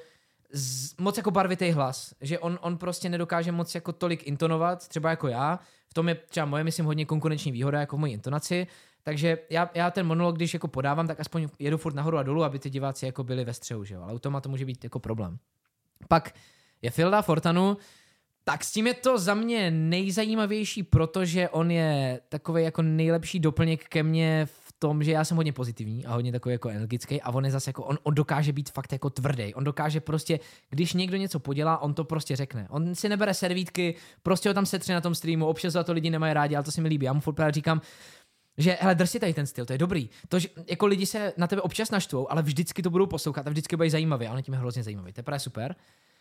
barvitý hlas, že on prostě nedokáže moc jako tolik intonovat, třeba jako já, v tom je třeba moje, myslím, hodně konkurenční výhoda jako v mojí intonaci, takže já ten monolog, když jako podávám, tak aspoň jedu furt nahoru a dolů, aby ty diváci jako byli ve střehu, že jo, ale u Toma to může být jako problém. Pak je Filda Fortanu, tak s tím je to za mě nejzajímavější, protože on je takový jako nejlepší doplněk ke mně v tom, že já jsem hodně pozitivní a hodně takový jako energický a on je zase jako, on dokáže být fakt jako tvrdý. On dokáže prostě, když někdo něco podělá, on to prostě řekne. On si nebere servítky, prostě ho tam setře na tom streamu, občas za to lidi nemají rádi, ale to se mi líbí. Já mu furt právě říkám, že hele, drž si tady ten styl, to je dobrý. To, že jako lidi se na tebe občas naštvou, ale vždycky to budou poslouchat a vždycky budou zajímavý. A on je tím hrozně zajímavý. To je právě super.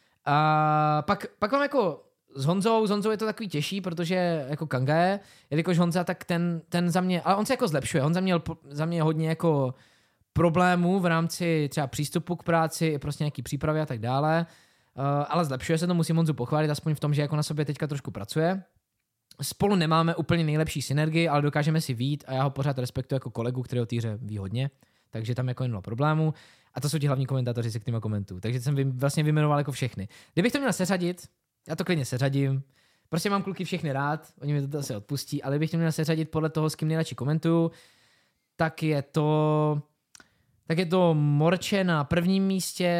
A pak mám jako s Honzou je to takový těžší, protože jako Kanga je, jelikož Honza, tak ten za mě, ale on se jako zlepšuje, Honza měl za mě hodně jako problémů v rámci třeba přístupu k práci, prostě nějaký přípravy a tak dále, ale zlepšuje se to, musím Honzu pochválit, aspoň v tom, že jako na sobě teďka trošku pracuje. Spolu nemáme úplně nejlepší synergii, ale dokážeme si vyjít a já ho pořád respektuji jako kolegu, který o té hře ví hodně, takže tam jako nebylo problémů. A to jsou ti hlavní komentátoři, se kterými komentuju. Takže jsem vlastně vyjmenoval jako všechny. Kdybych to měl seřadit, já to klidně seřadím. Prostě mám kluky všechny rád, oni mi to asi odpustí, ale kdybych to měl seřadit podle toho, s kým nejradši komentuju, tak je to Morče na prvním místě,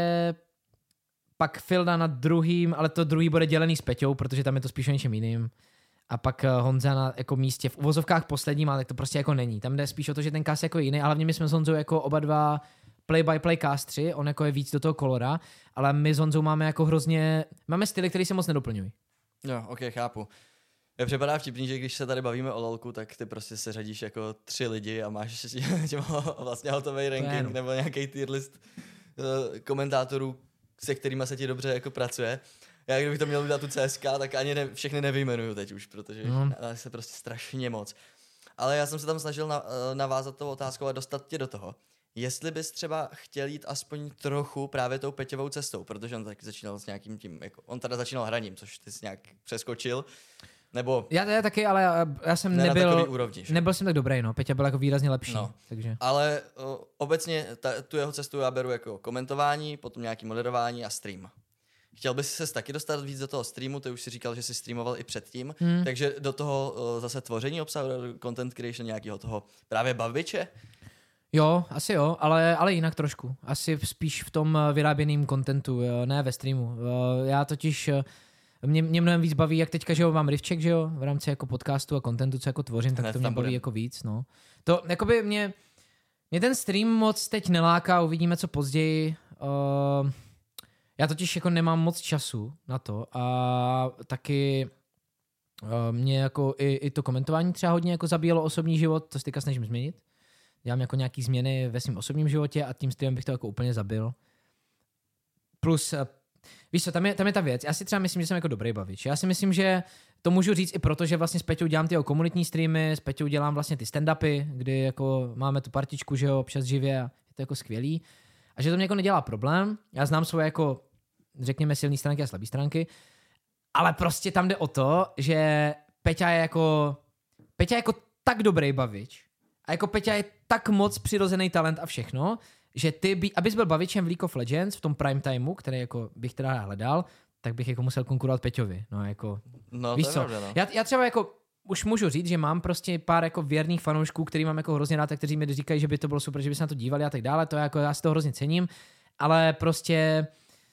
pak Filda na druhým, ale to druhý bude dělený s Peťou, protože tam je to spíš o něčem jiným. A pak Honza na jako místě v uvozovkách posledním, ale tak to prostě jako není. Tam jde spíš o to, že ten cast je jako jiný, ale hlavně my jsme s Honzou jako oba dva play-by-play castři, on jako je víc do toho kolora, ale my s Honzou máme jako máme styly, které se moc nedoplňují. Jo, ok, chápu. Mě připadá vtipný, že když se tady bavíme o LoLku, tak ty prostě se řadíš jako 3 lidi a máš tím vlastně hotový ranking nebo nějaký tier list komentátorů, se kterými se ti dobře jako pracuje. Já kdybych to měl udělat tu CSK, tak ani všechny nevyjmenuju teď už, protože se prostě strašně moc. Ale já jsem se tam snažil navázat tou otázkou a dostat tě do toho. Jestli bys třeba chtěl jít aspoň trochu právě tou Peťovou cestou, protože on taky začínal s nějakým tím, jako, on teda začínal hraním, což ty jsi nějak přeskočil, nebo... Já taky, ale já jsem nebyl jsem tak dobrý, no, Peťa byl jako výrazně lepší, no. Takže... Ale obecně tu jeho cestu já beru jako komentování, potom nějaký moderování a stream. chtěl bys se taky dostat víc do toho streamu, ty už si říkal, že jsi streamoval i předtím, takže do toho zase tvoření obsahu, content creation nějakého toho právě baviče? Jo, asi jo, ale jinak trošku. Asi spíš v tom vyráběným contentu, jo, ne ve streamu. Já totiž, mě mnohem víc baví, jak teďka, že jo, mám rivček, že jo, v rámci jako podcastu a contentu, co jako tvořím, tak to mě baví jako víc, no. To, jakoby mě ten stream moc teď neláká, uvidíme co později. Já totiž jako nemám moc času na to a taky mě jako i to komentování třeba hodně jako zabíjelo osobní život, to se teďka snažím změnit. Dělám jako nějaký změny ve svém osobním životě a tím streamem bych to jako úplně zabil. Plus, víš co, tam je ta věc. Já si třeba myslím, že jsem jako dobrý bavič. Já si myslím, že to můžu říct i proto, že vlastně s Peťou dělám ty komunitní streamy, s Peťou dělám vlastně ty stand-upy, kdy jako máme tu partičku, že jo, občas živě a je to jako skvělý. A že to mě jako nedělá problém. Já znám svoje jako, řekněme, silné stránky a slabé stránky, ale prostě tam jde o to, že Peťa je jako tak dobrý bavič a jako Peťa je tak moc přirozený talent a všechno, že ty, abys byl bavičem v League of Legends v tom prime timeu, který jako bych teda hledal, tak bych jako musel konkurovat Peťovi. No jako, víš co? Pravda, no. Já třeba jako už můžu říct, že mám prostě pár jako věrných fanoušků, který mám jako hrozně rád, a kteří mi říkají, že by to bylo super, že by se na to dívali a tak dále. To jako já si to hrozně cením, ale prostě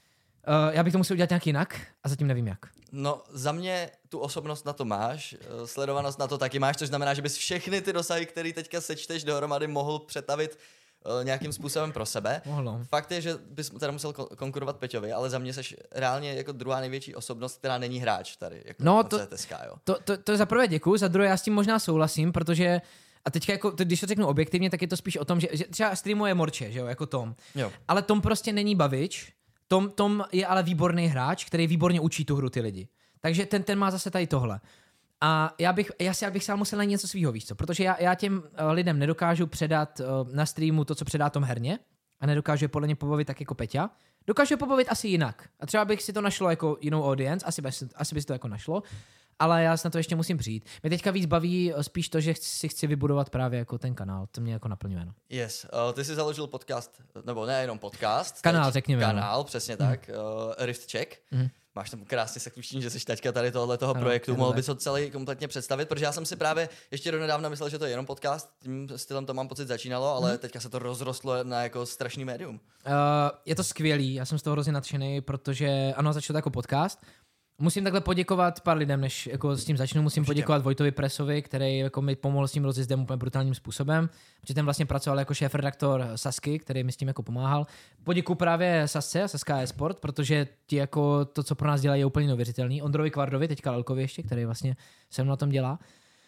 já bych to musel udělat nějak jinak a zatím nevím jak. No za mě tu osobnost na to máš, sledovanost na to taky máš, což znamená, že bys všechny ty dosahy, které teďka sečteš dohromady, mohl přetavit nějakým způsobem pro sebe. Mohlo. Fakt je, že bys teda musel konkurovat Peťovi, ale za mě seš reálně jako druhá největší osobnost, která není hráč tady, jako no, na CTSK, jo. To za prvé děkuju, za druhé já s tím možná souhlasím, protože a teďka jako, když to řeknu objektivně, tak je to spíš o tom, že třeba streamuje Morče, že jo, jako Tom. Jo. Ale Tom prostě není bavič, Tom je ale výborný hráč, který výborně učí tu hru ty lidi. Takže ten má zase tady tohle. A já bych sám musel najít něco svýho, víš co? Protože já těm lidem nedokážu předat na streamu to, co předá Tom herně a nedokážu je podle mě pobavit tak jako Peťa. Dokážu je pobavit asi jinak. A třeba bych si to našlo jako jinou audience, asi by si to jako našlo, ale já se na to ještě musím přijít. Mě teďka víc baví spíš to, že si chci vybudovat právě jako ten kanál. To mě jako naplňuje. No. Yes. Ty jsi založil podcast, nebo ne jenom podcast. Kanál, řekněme. Kanál, přesně tak. Rift Check. Máš tam krásně sekluční, že jsi teďka tady tohoto projektu, mohl bys ho celý kompletně představit, protože já jsem si právě ještě donedávna myslel, že to je jenom podcast, tím stylem to mám pocit začínalo, ale teďka se to rozrostlo na jako strašný médium. Je to skvělý, já jsem z toho hrozně nadšený, protože ano, začal to jako podcast. Musím takhle poděkovat pár lidem, než jako s tím začnu. Musím poděkovat Vojtovi Presovi, který jako mi pomohl s tím rozjezdem úplně brutálním způsobem, protože ten vlastně pracoval jako šéfredaktor Sasky, který mi s tím jako pomáhal. Poděkuju právě Sasce a Saska eSport, protože ti jako to, co pro nás dělají, je úplně neuvěřitelný. Ondrovi Kvardovi, teďka Lelkovi ještě, který vlastně se mnou na tom dělá.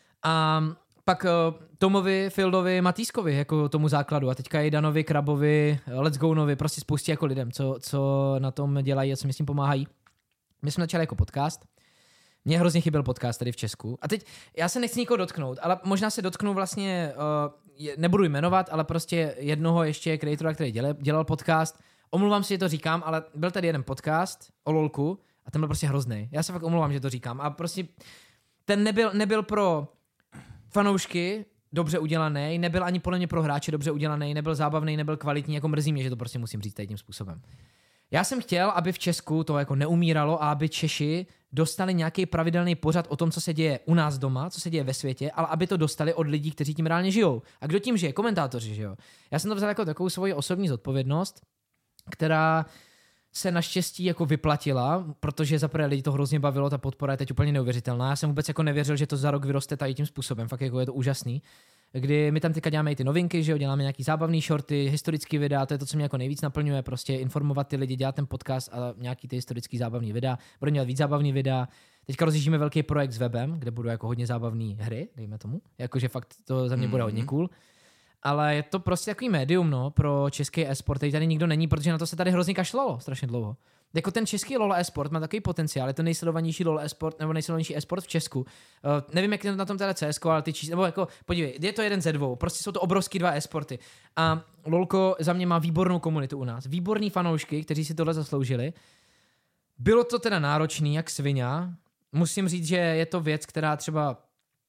A pak Tomovi, Fildovi, Matýskovi, jako tomu základu. A teďka i Danovi, Krabovi, Let's Gonovi, prostě spoustě jako lidem, co na tom dělají a co mi s tím pomáhají. My jsme začali jako podcast. Mně hrozně chyběl podcast tady v Česku. A teď já se nechci nikoho dotknout, ale možná se dotknu vlastně, nebudu jmenovat, ale prostě jednoho ještě kreatora, který dělal podcast. Omlouvám si, že to říkám, ale byl tady jeden podcast o LOLku a ten byl prostě hrozný. Já se fakt omlouvám, že to říkám. A prostě ten nebyl pro fanoušky dobře udělaný, nebyl ani podle mě pro hráče dobře udělaný, nebyl zábavný, nebyl kvalitní, jako mrzí mě, že to prostě musím říct tady tím způsobem. Já jsem chtěl, aby v Česku to jako neumíralo a aby Češi dostali nějaký pravidelný pořad o tom, co se děje u nás doma, co se děje ve světě, ale aby to dostali od lidí, kteří tím reálně žijou. A kdo tím žije? Komentátoři, že jo? Já jsem to vzal jako takovou svoji osobní zodpovědnost, která se naštěstí jako vyplatila, protože za prvé lidi to hrozně bavilo, ta podpora je teď úplně neuvěřitelná. Já jsem vůbec jako nevěřil, že to za rok vyroste tady tím způsobem, fakt jako je to úžasný. Kdy my tam teďka děláme i ty novinky, že jo, děláme nějaký zábavný shorty, historický videa, to je to, co mě jako nejvíc naplňuje, prostě informovat ty lidi, dělat ten podcast a nějaký ty historický zábavný videa. Budeme dělat víc zábavný videa. Teďka rozjíždíme velký projekt s webem, kde budou jako hodně zábavné hry, dejme tomu. Jakože fakt to za mě bude hodně cool. Ale je to prostě takový médium, no, pro český e-sport, který tady nikdo není, protože na to se tady hrozně kašlalo strašně dlouho. Jako ten český LoL e-sport má takový potenciál, je to nejsledovanější LoL e-sport nebo nejsledovanější e-sport v Česku. Nevím, jak je na tom teda CSko, ale ty čísla, nebo jako, podívej, je to jeden ze dvou, prostě jsou to obrovský dva e-sporty. A LoLko za mě má výbornou komunitu u nás, výborný fanoušky, kteří si tohle zasloužili. Bylo to teda náročný, jak svině. Musím říct, že je to věc, která třeba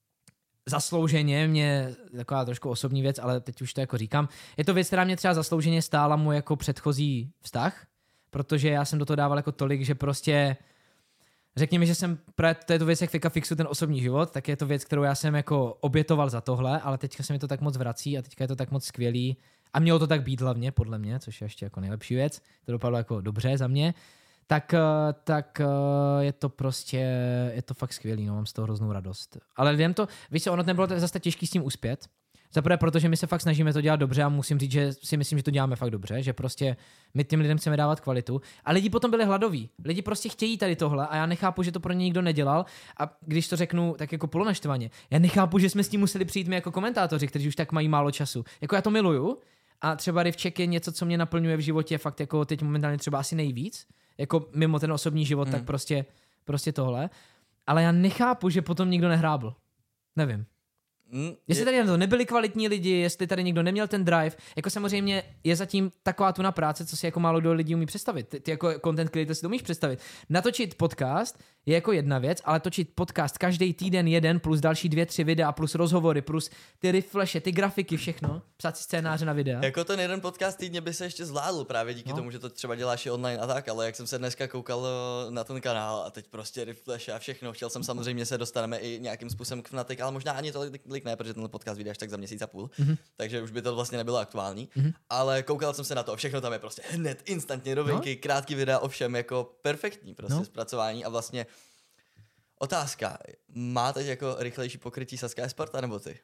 zaslouženě mě, taková trošku osobní věc, ale teď už to jako říkám, je to věc, která mě třeba zaslouženě stála mu jako předchozí vztah, protože já jsem do toho dával jako tolik, že prostě řekněme, že jsem právě to je to věc, jak Fika fixu ten osobní život, tak je to věc, kterou já jsem jako obětoval za tohle, ale teďka se mi to tak moc vrací a teďka je to tak moc skvělý a mělo to tak být hlavně, podle mě, což je ještě jako nejlepší věc, to dopadlo jako dobře za mě, tak je to prostě, je to fakt skvělý, no, mám z toho hroznou radost. Ale vím to, víš co, ono nebylo zase tak těžký s tím uspět. Zaprvé, protože my se fakt snažíme to dělat dobře a musím říct, že si myslím, že to děláme fakt dobře, že prostě my těm lidem chceme dávat kvalitu. A lidi potom byli hladoví. Lidi prostě chtějí tady tohle a já nechápu, že to pro ně nikdo nedělal. A když to řeknu tak jako polonaštvaně, já nechápu, že jsme s tím museli přijít my jako komentátoři, kteří už tak mají málo času. Jako já to miluju a třeba Rivček je něco, co mě naplňuje v životě fakt jako teď momentálně třeba asi nejvíc. Jako mimo ten osobní život, tak prostě tohle. Ale já nechápu, že potom nikdo nehrábl. Nevím. Jestli tady nebyli kvalitní lidi, jestli tady někdo neměl ten drive, jako samozřejmě je zatím taková tu na práce, co si jako málo kdo lidí umí představit. Ty jako content creator si to umíš představit. Natočit podcast je jako jedna věc, ale točit podcast každý týden jeden plus další 2-3 videa plus rozhovory plus ty refreshe, ty grafiky, všechno, psát si scénáře na videa. Jako ten jeden podcast týdně by se ještě zvládl právě díky tomu, že to třeba děláš i online a tak, ale jak jsem se dneska koukal na ten kanál a teď prostě refresh a všechno, chtěl jsem samozřejmě se dostaneme i nějakým způsobem k Fnatic, ale možná ani tolik ne, protože ten podcast vyjde až tak za měsíc a půl, takže už by to vlastně nebylo aktuální, ale koukal jsem se na to, všechno tam je prostě hned, instantně novinky, krátký videa, ovšem jako perfektní prostě zpracování a vlastně otázka, má teď jako rychlejší pokrytí Sazka eSporta nebo ty?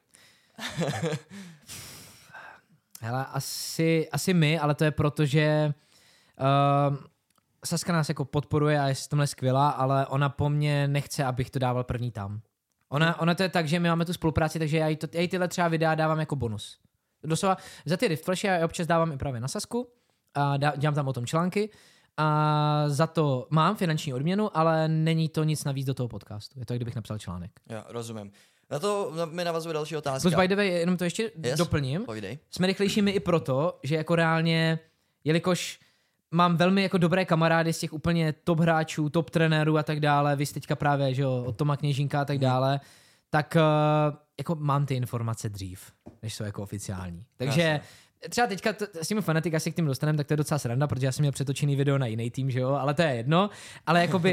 Hele, asi my, ale to je proto, že Sazka nás jako podporuje a je tomhle skvělá, ale ona po mně nechce, abych to dával první tam. Ona to je tak, že my máme tu spolupráci, takže já jí tyhle třeba videa dávám jako bonus. Doslova za ty refreshy já občas dávám i právě na Sazku a dělám tam o tom články a za to mám finanční odměnu, ale není to nic navíc do toho podcastu. Je to, kdybych napsal článek. Jo, rozumím. Na to mi navazuje další otázka. Plus by the way, jenom to ještě doplním. Povídej. Jsme rychlejší my i proto, že jako reálně, jelikož mám velmi jako dobré kamarády z těch úplně top hráčů, top trenérů a tak dále, vy jste teďka právě, že jo, od Toma Kněžínka a tak dále, tak jako mám ty informace dřív, než jsou jako oficiální. Takže třeba teďka s tím Fnatic asi k tím dostaneme, tak to je docela sranda, protože já jsem měl přetočený video na jiný tým, že jo, ale to je jedno, ale jakoby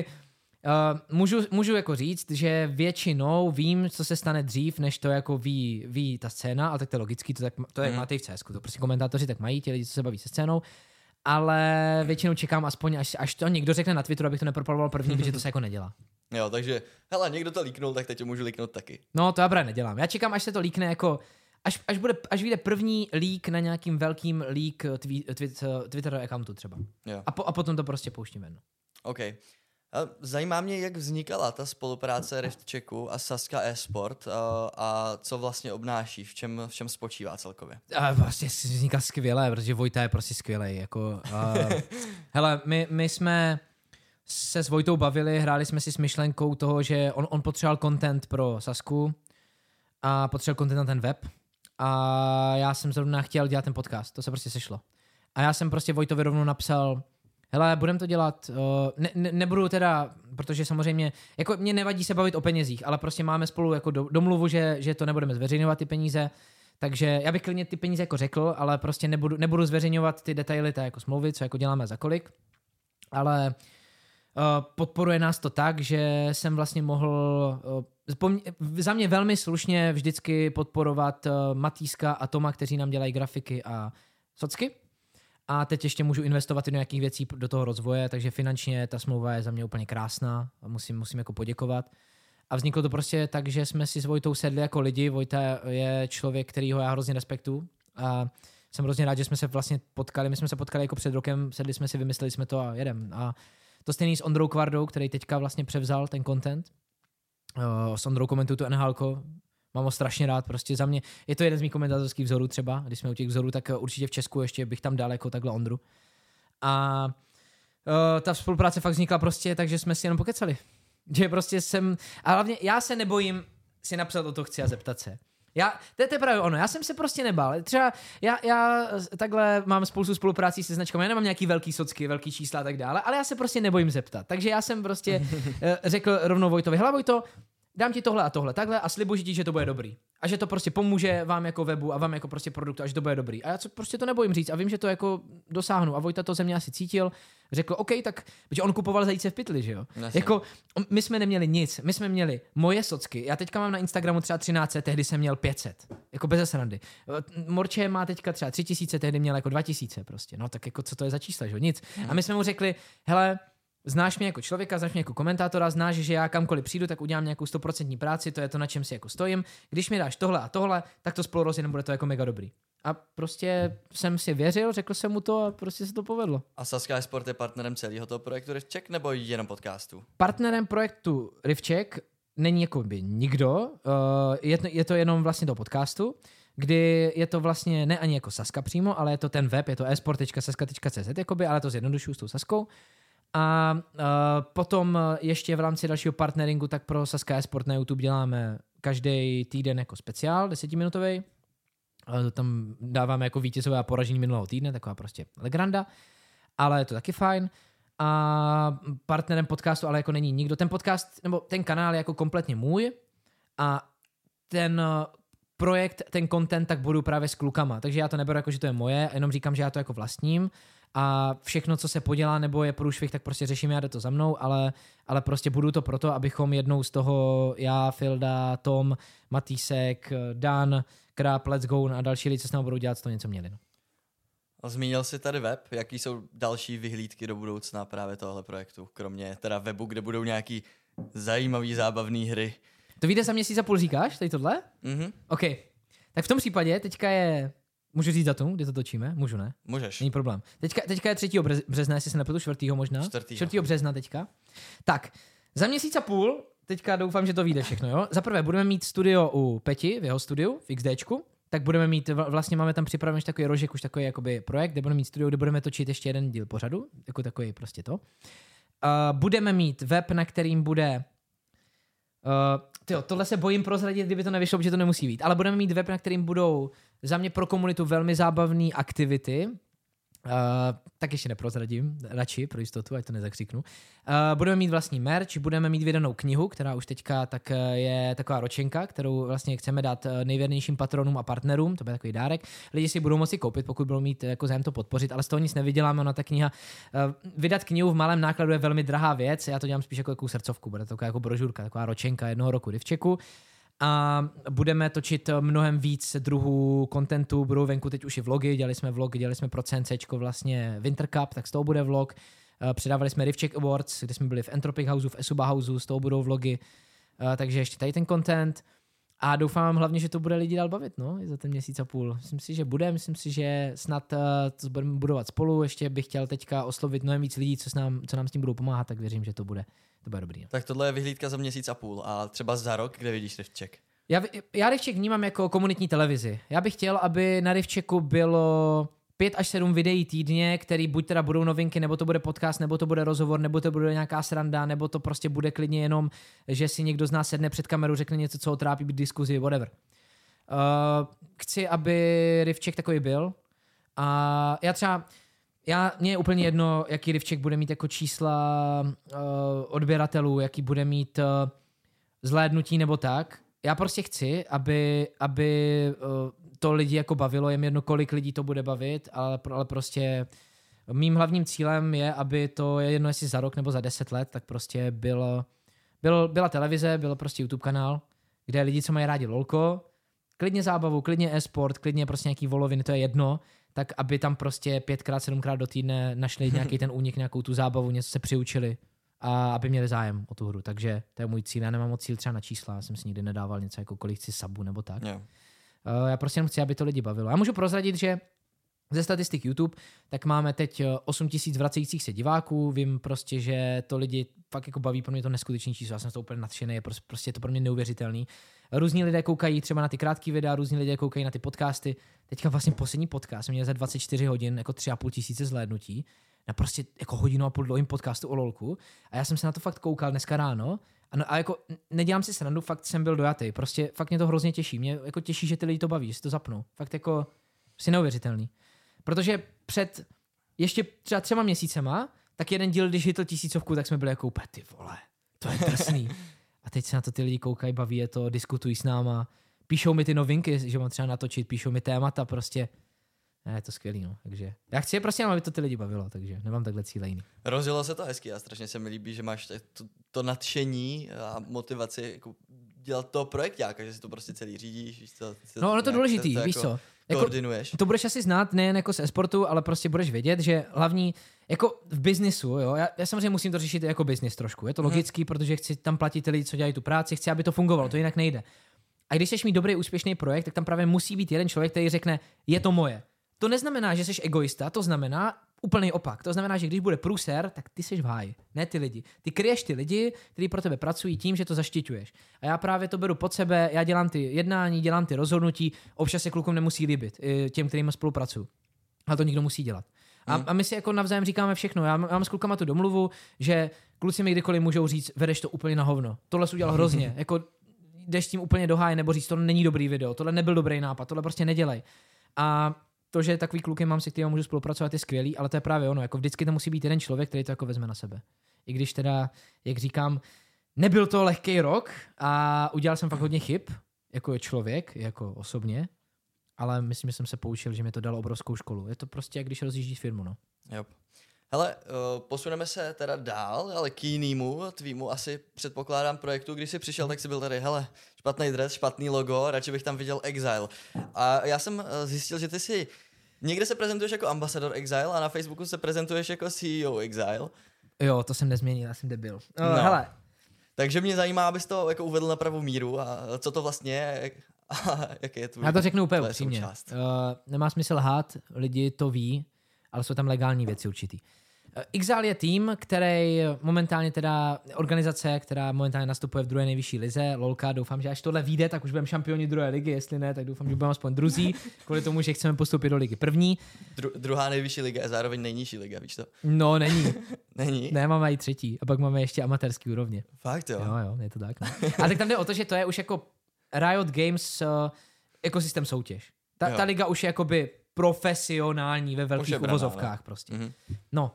můžu jako říct, že většinou vím, co se stane dřív, než to jako ví ta scéna, ale tak to je logický, to je máte i v CSku, to prostě komentátoři tak mají, ti lidi, co se baví se scénou, ale většinou čekám aspoň, až to někdo řekne na Twitteru, abych to nepropaloval první, protože to se jako nedělá. Jo, takže, hele, někdo to líknul, tak teď to můžu líknout taky. No, to já právě nedělám. Já čekám, až se to líkne jako, až vyjde první leak na nějakým velkým leak Twitter accountu třeba. Jo. A potom to prostě pouštím ven. OK. Zajímá mě, jak vznikala ta spolupráce Rivčeku a Sazka eSport a co vlastně obnáší, v čem spočívá celkově. Vlastně vzniká skvěle, protože Vojta je prostě skvělej. Jako, hele, my jsme se s Vojtou bavili, hráli jsme si s myšlenkou toho, že on potřeboval content pro Sazku a potřeboval content na ten web a já jsem zrovna chtěl dělat ten podcast, to se prostě sešlo. A já jsem prostě Vojtovi rovnou napsal, hele, budem to dělat, nebudu teda, protože samozřejmě, jako mě nevadí se bavit o penězích, ale prostě máme spolu jako domluvu, že to nebudeme zveřejňovat ty peníze, takže já bych klidně ty peníze jako řekl, ale prostě nebudu zveřejňovat ty detaily té jako smlouvy, co jako děláme za kolik, ale podporuje nás to tak, že jsem vlastně mohl za mě velmi slušně vždycky podporovat Matýska a Toma, kteří nám dělají grafiky a socky. A teď ještě můžu investovat i do nějakých věcí do toho rozvoje, takže finančně ta smlouva je za mě úplně krásná a musím jako poděkovat. A vzniklo to prostě tak, že jsme si s Vojtou sedli jako lidi. Vojta je člověk, kterýho já hrozně respektuju a jsem hrozně rád, že jsme se vlastně potkali. My jsme se potkali jako před rokem, sedli jsme si, vymysleli jsme to a jedem. A to stejný s Ondrou Kvardou, který teďka vlastně převzal ten content. S Ondrou komentuju tu NHLko. Mám ho strašně rád, prostě za mě. Je to jeden z mých komentátorských vzorů třeba, když jsme u těch vzorů, tak určitě v Česku ještě bych tam dal jako takhle Ondru. A ta spolupráce fakt vznikla prostě tak, že jsme si jenom pokecali. Že prostě a hlavně já se nebojím si napsat o to chci a zeptat se. To je právě ono, já jsem se prostě nebál. Třeba já takhle mám spoustu spoluprácí se značkami, já nemám nějaký velký socky, velký čísla a tak dále, ale já se prostě nebojím zeptat. Takže já jsem prostě řekl rovnou Vojtovi, hele Vojto, dám ti tohle a tohle, takhle a slibuji ti, že to bude dobrý. A že to prostě pomůže vám jako webu a vám jako prostě produktu a že to bude dobrý. A já prostě to nebojím říct a vím, že to jako dosáhnu. A Vojta to ze mě asi cítil, řekl, OK, tak, protože on kupoval zajíce v pytli, že jo. Jako, my jsme neměli nic, my jsme měli moje socky. Já teďka mám na Instagramu třeba 13, tehdy jsem měl 500. Jako bez srandy. Morče má teďka třeba 3000, tehdy měl jako 2000 prostě. No tak jako co to je za čísla, že jo? Nic. A my jsme mu řekli, hele, znáš mě jako člověka, znáš mě jako komentátora, znáš, že já kamkoliv přijdu, tak udělám nějakou 100% práci, to je to, na čem si jako stojím. Když mi dáš tohle a tohle, tak to spolu rozjedeme, bude to jako mega dobrý. A prostě jsem si věřil, řekl jsem mu to a prostě se to povedlo. A Sazka eSport je partnerem celého toho projektu Rivček nebo jenom podcastu? Partnerem projektu Rivček není jako by nikdo, je to jenom vlastně toho podcastu, kdy je to vlastně ne ani jako Sazka přímo, ale je to ten web, je to esport.sazka.cz, jakoby, ale to zjednodušuju s tou Sazkou. A potom ještě v rámci dalšího partneringu, tak pro Sazka eSport na YouTube děláme každý týden jako speciál, 10minutový. Tam dáváme jako vítězové a poražení minulého týdne, taková prostě legranda, ale je to taky fajn. A partnerem podcastu ale jako není nikdo. Ten podcast, nebo ten kanál je jako kompletně můj a ten projekt, ten content, tak budu právě s klukama. Takže já to neberu jako, že to je moje, jenom říkám, že já to jako vlastním. A všechno, co se podělá, nebo je průšvih, tak prostě řešíme a jde to za mnou, ale prostě budu to proto, abychom jednou z toho já, Filda, Tom, Matýsek, Dan, Kráp, Let's Go a další lidi, co s námi budou dělat, to něco měli. No. A zmínil jsi tady web, jaký jsou další vyhlídky do budoucna právě tohle projektu, kromě teda webu, kde budou nějaký zajímavý, zábavný hry. To vyjde za měsíc a půl, říkáš, tady tohle? Mhm. OK. Tak v tom případě teďka je... Můžu říct datum, kdy to točíme? Můžu, ne? Můžeš. Není problém. Teďka je 3. března, jestli se nepletu, 4. možná. 4. března teďka. Tak, za měsíc a půl, teďka doufám, že to vyjde všechno, jo? Za prvé budeme mít studio u Peti, v jeho studiu, v XDčku. Tak budeme mít, vlastně máme tam připravený takový rožek, už takový jakoby projekt, kde budeme mít studio, kde budeme točit ještě jeden díl pořadu, jako takový prostě to. Budeme mít web, na kterým bude... tohle se bojím prozradit, kdyby to nevyšlo, protože to nemusí být. Ale budeme mít web, na kterým budou za mě pro komunitu velmi zábavné aktivity. Tak ještě neprozradím, radši pro jistotu, ať to nezakřiknu. Budeme mít vlastní merch, budeme mít vydanou knihu, která už teďka tak je taková ročenka, kterou vlastně chceme dát nejvěrnějším patronům a partnerům, to bude takový dárek. Lidi si budou moci koupit, pokud budou mít jako zájem to podpořit, ale z toho nic nevyděláme, ona ta kniha. Vydat knihu v malém nákladu je velmi drahá věc, já to dělám spíš jako takovou srdcovku, bude to taková jako brožurka, taková ročenka jednoho roku Rivčeku. A budeme točit mnohem víc druhů contentu, budou venku teď už i vlogy, dělali jsme pro CNCčko vlastně Winter Cup, tak z toho bude vlog, předávali jsme Rivček Awards, kde jsme byli v Entropic Houseu, v Esuba Houseu, z toho budou vlogy, takže ještě tady ten content a doufám hlavně, že to bude lidi dál bavit, no, za ten měsíc a půl. Myslím si, že bude, myslím si, že snad to budeme budovat spolu, ještě bych chtěl teďka oslovit mnohem víc lidí, co nám s tím budou pomáhat, tak věřím, že to bude dobrý. No. Tak tohle je vyhlídka za měsíc a půl a třeba za rok, kde vidíš Rivček? Já Rivček vnímám jako komunitní televizi. Já bych chtěl, aby na Rivčeku bylo 5 až 7 videí týdně, který buď teda budou novinky, nebo to bude podcast, nebo to bude rozhovor, nebo to bude nějaká sranda, nebo to prostě bude klidně jenom, že si někdo z nás sedne před kamerou, řekne něco, co ho trápí, být diskuzi, whatever. Chci, aby Rivček takový byl. A mně je úplně jedno, jaký Rivček bude mít jako čísla odběratelů, jaký bude mít zhlédnutí nebo tak. Já prostě chci, aby to lidi jako bavilo, je mi jedno, kolik lidí to bude bavit, ale prostě mým hlavním cílem je, aby to je jedno, jestli za rok nebo za 10 let, tak prostě byla televize, byl prostě YouTube kanál, kde lidi, co mají rádi lolko, klidně zábavu, klidně e-sport, klidně prostě nějaký voloviny, to je jedno, tak aby tam prostě 5x, 7x do týdne našli nějaký ten únik, nějakou tu zábavu, něco se přiučili a aby měli zájem o tu hru. Takže to je můj cíl. Já nemám moc cíl třeba na čísla, já jsem si nikdy nedával něco jako kolik chci sabu nebo tak. Yeah. Já prostě jenom chci, aby to lidi bavilo. Já můžu prozradit, že ze statistik YouTube, tak máme teď 8 000 vracejících se diváků. Vím prostě, že to lidi fakt jako baví, pro mě to neskutečný číslo. Já jsem to úplně nadšený, prostě je to pro mě neuvěřitelný. Různí lidé koukají třeba na ty krátké videa, různí lidé koukají na ty podcasty. Teďka vlastně poslední podcast měl za 24 hodin jako 3,5 tisíce zhlédnutí na prostě jako hodinu a půl dlouhým podcastu o lolku. A já jsem se na to fakt koukal dneska ráno a jako nedělám si srandu, fakt jsem byl dojatý. Prostě fakt mě to hrozně těší. Mě jako těší, že ty lidi to baví, že si to zapnou. Fakt jako prostě neuvěřitelný. Protože před ještě třeba 3 měsícema, tak jeden díl, když hitl 1000, tak jsme byli jako úplně, ty vole, to je drsný. A teď se na to ty lidi koukají, baví je to, diskutují s náma, píšou mi ty novinky, že mám třeba natočit, píšou mi témata prostě. Je to skvělý, no. Takže já chci prostě, aby to ty lidi bavilo, takže nemám takhle cíle jiný. Rozjelo se to hezky a strašně se mi líbí, že máš to nadšení a motivaci jako dělat to projekťáka, že si to prostě celý řídíš. Víš co, no ono to důležitý, víš co. Koordinuješ. To budeš asi znát nejen jako z e-sportu, ale prostě budeš vědět, že hlavní, jako v biznisu, jo, já samozřejmě musím to řešit jako biznis trošku. Je to logický, protože chci tam platit ty lidi, co dělají tu práci, chci, aby to fungovalo, to jinak nejde. A když chceš mít dobrý, úspěšný projekt, tak tam právě musí být jeden člověk, který řekne, je to moje. To neznamená, že jsi egoista, to znamená úplný opak. To znamená, že když bude průser, tak ty jsi v háji, ne ty lidi. Ty kryješ ty lidi, kteří pro tebe pracují tím, že to zaštiťuješ. A já právě to beru pod sebe, já dělám ty jednání, dělám ty rozhodnutí, občas se klukům nemusí líbit, těm, kterým spolupracuju. Ale to nikdo musí dělat. A my si jako navzájem říkáme všechno. Já mám s klukama tu domluvu, že kluci mi kdykoliv můžou říct, vedeš to úplně na hovno. Tohle jsi udělal hrozně. Jako jdeš tím úplně do háje, nebo říct, tohle není dobrý video, tohle nebyl dobrý nápad, tohle prostě nedělej. A to, že takový kluky mám, se kterým můžu spolupracovat, je skvělý, ale to je právě ono. Jako vždycky to musí být jeden člověk, který to jako vezme na sebe. I když teda, jak říkám, nebyl to lehký rok a udělal jsem fakt hodně chyb, jako člověk, jako osobně, ale myslím, že jsem se poučil, že mi to dalo obrovskou školu. Je to prostě, jak když rozjíždíš firmu, no. Yep. Hele, posuneme se teda dál, ale k jinému, tvýmu asi předpokládám projektu. Když jsi přišel, tak jsi byl tady, hele, špatný dres, špatný logo, radši bych tam viděl Exile. A já jsem zjistil, že ty si někde se prezentuješ jako ambasador Exile a na Facebooku se prezentuješ jako CEO Exile. Jo, to jsem nezměnil, já jsem debil. No. Hele. Takže mě zajímá, abys to jako uvedl na pravou míru a co to vlastně je a jaký je tvůj. Já to řeknu úplně upřímně. Nemá smysl lhát, lidi to ví, ale jsou tam legální věci určitý. Exile je tým, který momentálně teda, organizace, která momentálně nastupuje v druhé nejvyšší lize, LOLka, doufám, že až tohle vyjde, tak už budeme šampioni druhé ligy, jestli ne, tak doufám, že budeme aspoň druzí, kvůli tomu, že chceme postoupit do ligy první. Druhá nejvyšší liga je zároveň nejnižší liga, víš to? No, není. Není? Ne, máme i třetí a pak máme ještě amatérský úrovně. Fakt jo? Jo, je to tak. No. A tak tam jde o to, že to je už jako Riot Games ekosystém soutěž. Ta liga už je jakoby profesionální ve velkých uvozovkách prostě. Mm-hmm. No.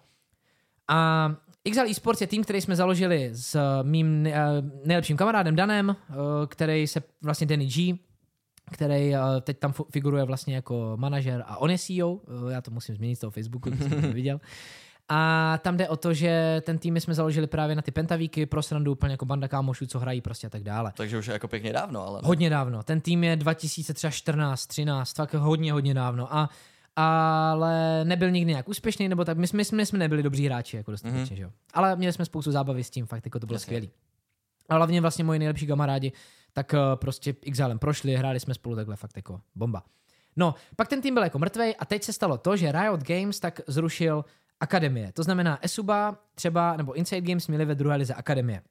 A Exile Esports je tým, který jsme založili s mým nejlepším kamarádem Danem, který se vlastně Danny G, který teď tam figuruje vlastně jako manažer a on je CEO, já to musím změnit z toho Facebooku, to jsem to neviděl. A tam jde o to, že ten tým jsme založili právě na ty pentavíky, pro srandu úplně jako banda kámošů, co hrají prostě a tak dále. Takže už je jako pěkně dávno, ale ne. Hodně dávno. Ten tým je 2014, 13, fakt hodně dávno. Ale nebyl nikdy nějak úspěšný, nebo tak. My jsme nebyli dobří hráči, jako dostatečně, že jo. Ale měli jsme spoustu zábavy s tím, fakt jako to bylo skvělý. A hlavně vlastně moji nejlepší kamarádi, tak prostě Exilem prošli, hráli jsme spolu takhle, fakt jako bomba. No, pak ten tým byl jako mrtvej a teď se stalo to, že Riot Games tak zrušil akademie. To znamená Esuba třeba, nebo Inside Games měli ve druhé lize akademie.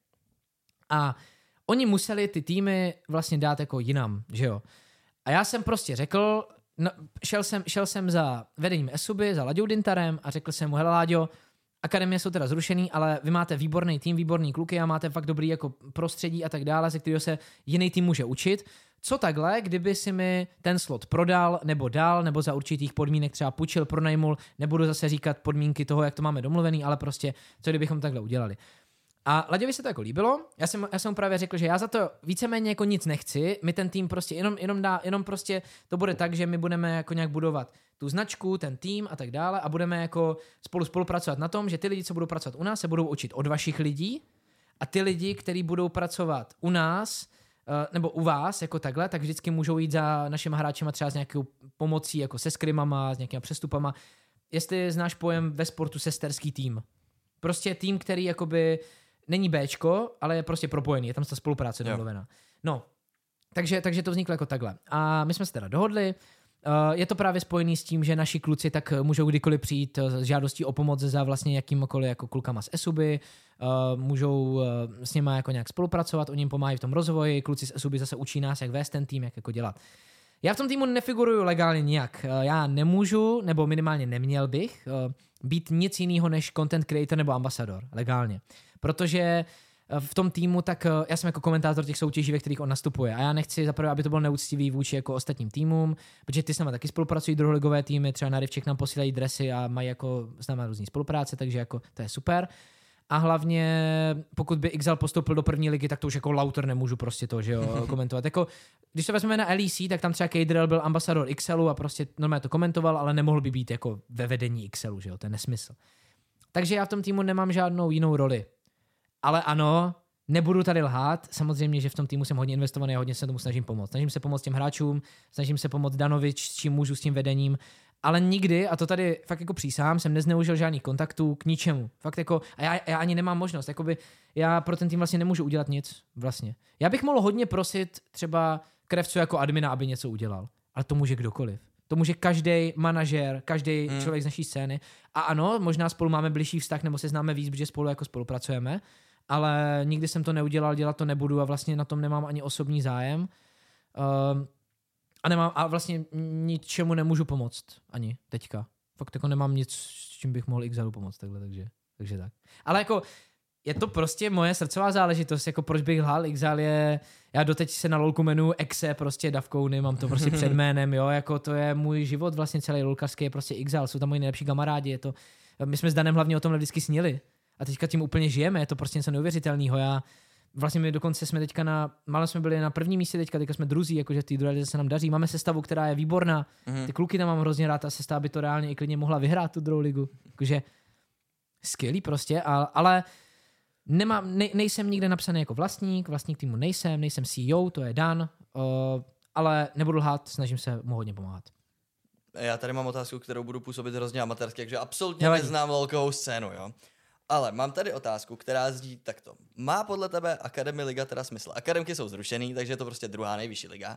A oni museli ty týmy vlastně dát jako jinam, že jo. A já jsem prostě řekl, no, šel jsem za vedením Esuby, za Laďou Dintarem a řekl jsem mu, hele Láďo, akademie jsou teda zrušený, ale vy máte výborný tým, výborný kluky a máte fakt dobrý jako prostředí a tak dále, ze kterého se jiný tým může učit. Co takhle, kdyby si mi ten slot prodal nebo dal, nebo za určitých podmínek třeba půjčil, pronajmul, nebudu zase říkat podmínky toho, jak to máme domluvený, ale prostě co kdybychom takhle udělali. A Laďovi se to jako líbilo, já jsem právě řekl, že já za to víceméně jako nic nechci, my ten tým prostě jenom prostě to bude tak, že my budeme jako nějak budovat tu značku, ten tým a tak dále a budeme jako spolupracovat na tom, že ty lidi, co budou pracovat u nás, se budou učit od vašich lidí a ty lidi, kteří budou pracovat u nás nebo u vás jako takhle, tak vždycky můžou jít za našimi hráčima třeba s nějakou pomocí, jako se skrimama, s nějakými přestupama. Jestli znáš pojem ve sportu sesterský tým. Prostě tým, který jakoby není Bčko, ale je prostě propojený, je tam ta spolupráce domluvená. No, takže to vzniklo jako takhle. A my jsme se teda dohodli, je to právě spojený s tím, že naši kluci tak můžou kdykoliv přijít s žádostí o pomoc za vlastně jakýmkoliv jako klukama z Esuby, můžou s nima jako nějak spolupracovat, oni jim pomáhají v tom rozvoji, kluci z Esuby zase učí nás, jak vést ten tým, jak jako dělat. Já v tom týmu nefiguruju legálně nijak. Já nemůžu, nebo minimálně neměl bych být nic jiného než content creator nebo ambasador legálně. Protože v tom týmu, tak já jsem jako komentátor těch soutěží, ve kterých on nastupuje. A já nechci zaprvé, aby to bylo neúctivý vůči jako ostatním týmům, protože ty s náma taky spolupracují druholigové týmy, třeba na Rivček nám posílají dresy a mají jako s náma různý spolupráce, takže jako to je super. a hlavně pokud by Exile postoupil do první ligy, tak to už jako lauter nemůžu prostě to, že jo, komentovat. Jako, když to vezmeme na LEC, tak tam třeba Cadrell byl ambasador Exelu a prostě normálně to komentoval, ale nemohl by být jako ve vedení Exelu, že jo, to je nesmysl. Takže já v tom týmu nemám žádnou jinou roli. Ale ano, nebudu tady lhát, samozřejmě, že v tom týmu jsem hodně investovaný a hodně se tomu snažím pomoct. Snažím se pomoct těm hráčům, snažím se pomoct Danovi, s čím můžu s tím vedením, ale nikdy, a to tady fakt jako přísahám, jsem nezneužil žádných kontaktů k ničemu. Fakt jako, a já ani nemám možnost, jakoby já pro ten tým vlastně nemůžu udělat nic, vlastně. Já bych mohl hodně prosit třeba Krevcu jako admina, aby něco udělal, ale to může kdokoliv. To může každý manažer, každý člověk z naší scény. A ano, možná spolu máme blížší vztah, nebo se známe víc, protože spolu jako spolupracujeme, ale nikdy jsem to neudělal, dělat to nebudu a vlastně na tom nemám ani osobní zájem. A vlastně ničemu nemůžu pomoct ani teďka. Fakt jako nemám nic, s čím bych mohl Exelu pomoct takhle, takže tak. Ale jako je to prostě moje srdcová záležitost, jako proč bych lhal, Exile je, já doteď se na lolku jmenuji Exe, prostě Davkouny, mám to prostě před jménem, jo, jako to je můj život vlastně celý lolkařský, je prostě Exile, jsou tam moji nejlepší kamarádi, je to, my jsme s Danem hlavně o tomhle vždycky snili a teďka tím úplně žijeme, je to prostě něco neuvěřitelného, vlastně my dokonce jsme teďka málo jsme byli na prvním místě teďka jsme druzí, jakože ty druhé se nám daří. Máme sestavu, která je výborná. Ty kluky tam mám hrozně rád a sestava by to reálně i klidně mohla vyhrát tu druhou ligu. Jakože skvělý prostě, ale nejsem nikde napsaný jako vlastník týmu nejsem CEO, to je Dan, ale nebudu lhát, snažím se mu hodně pomáhat. Já tady mám otázku, kterou budu působit hrozně amatérsky, takže absolutně neznám lolkovou scénu, jo. Ale mám tady otázku, která zní takto. Má podle tebe Academy liga teda smysl? Akademky jsou zrušený, takže je to prostě druhá nejvyšší liga.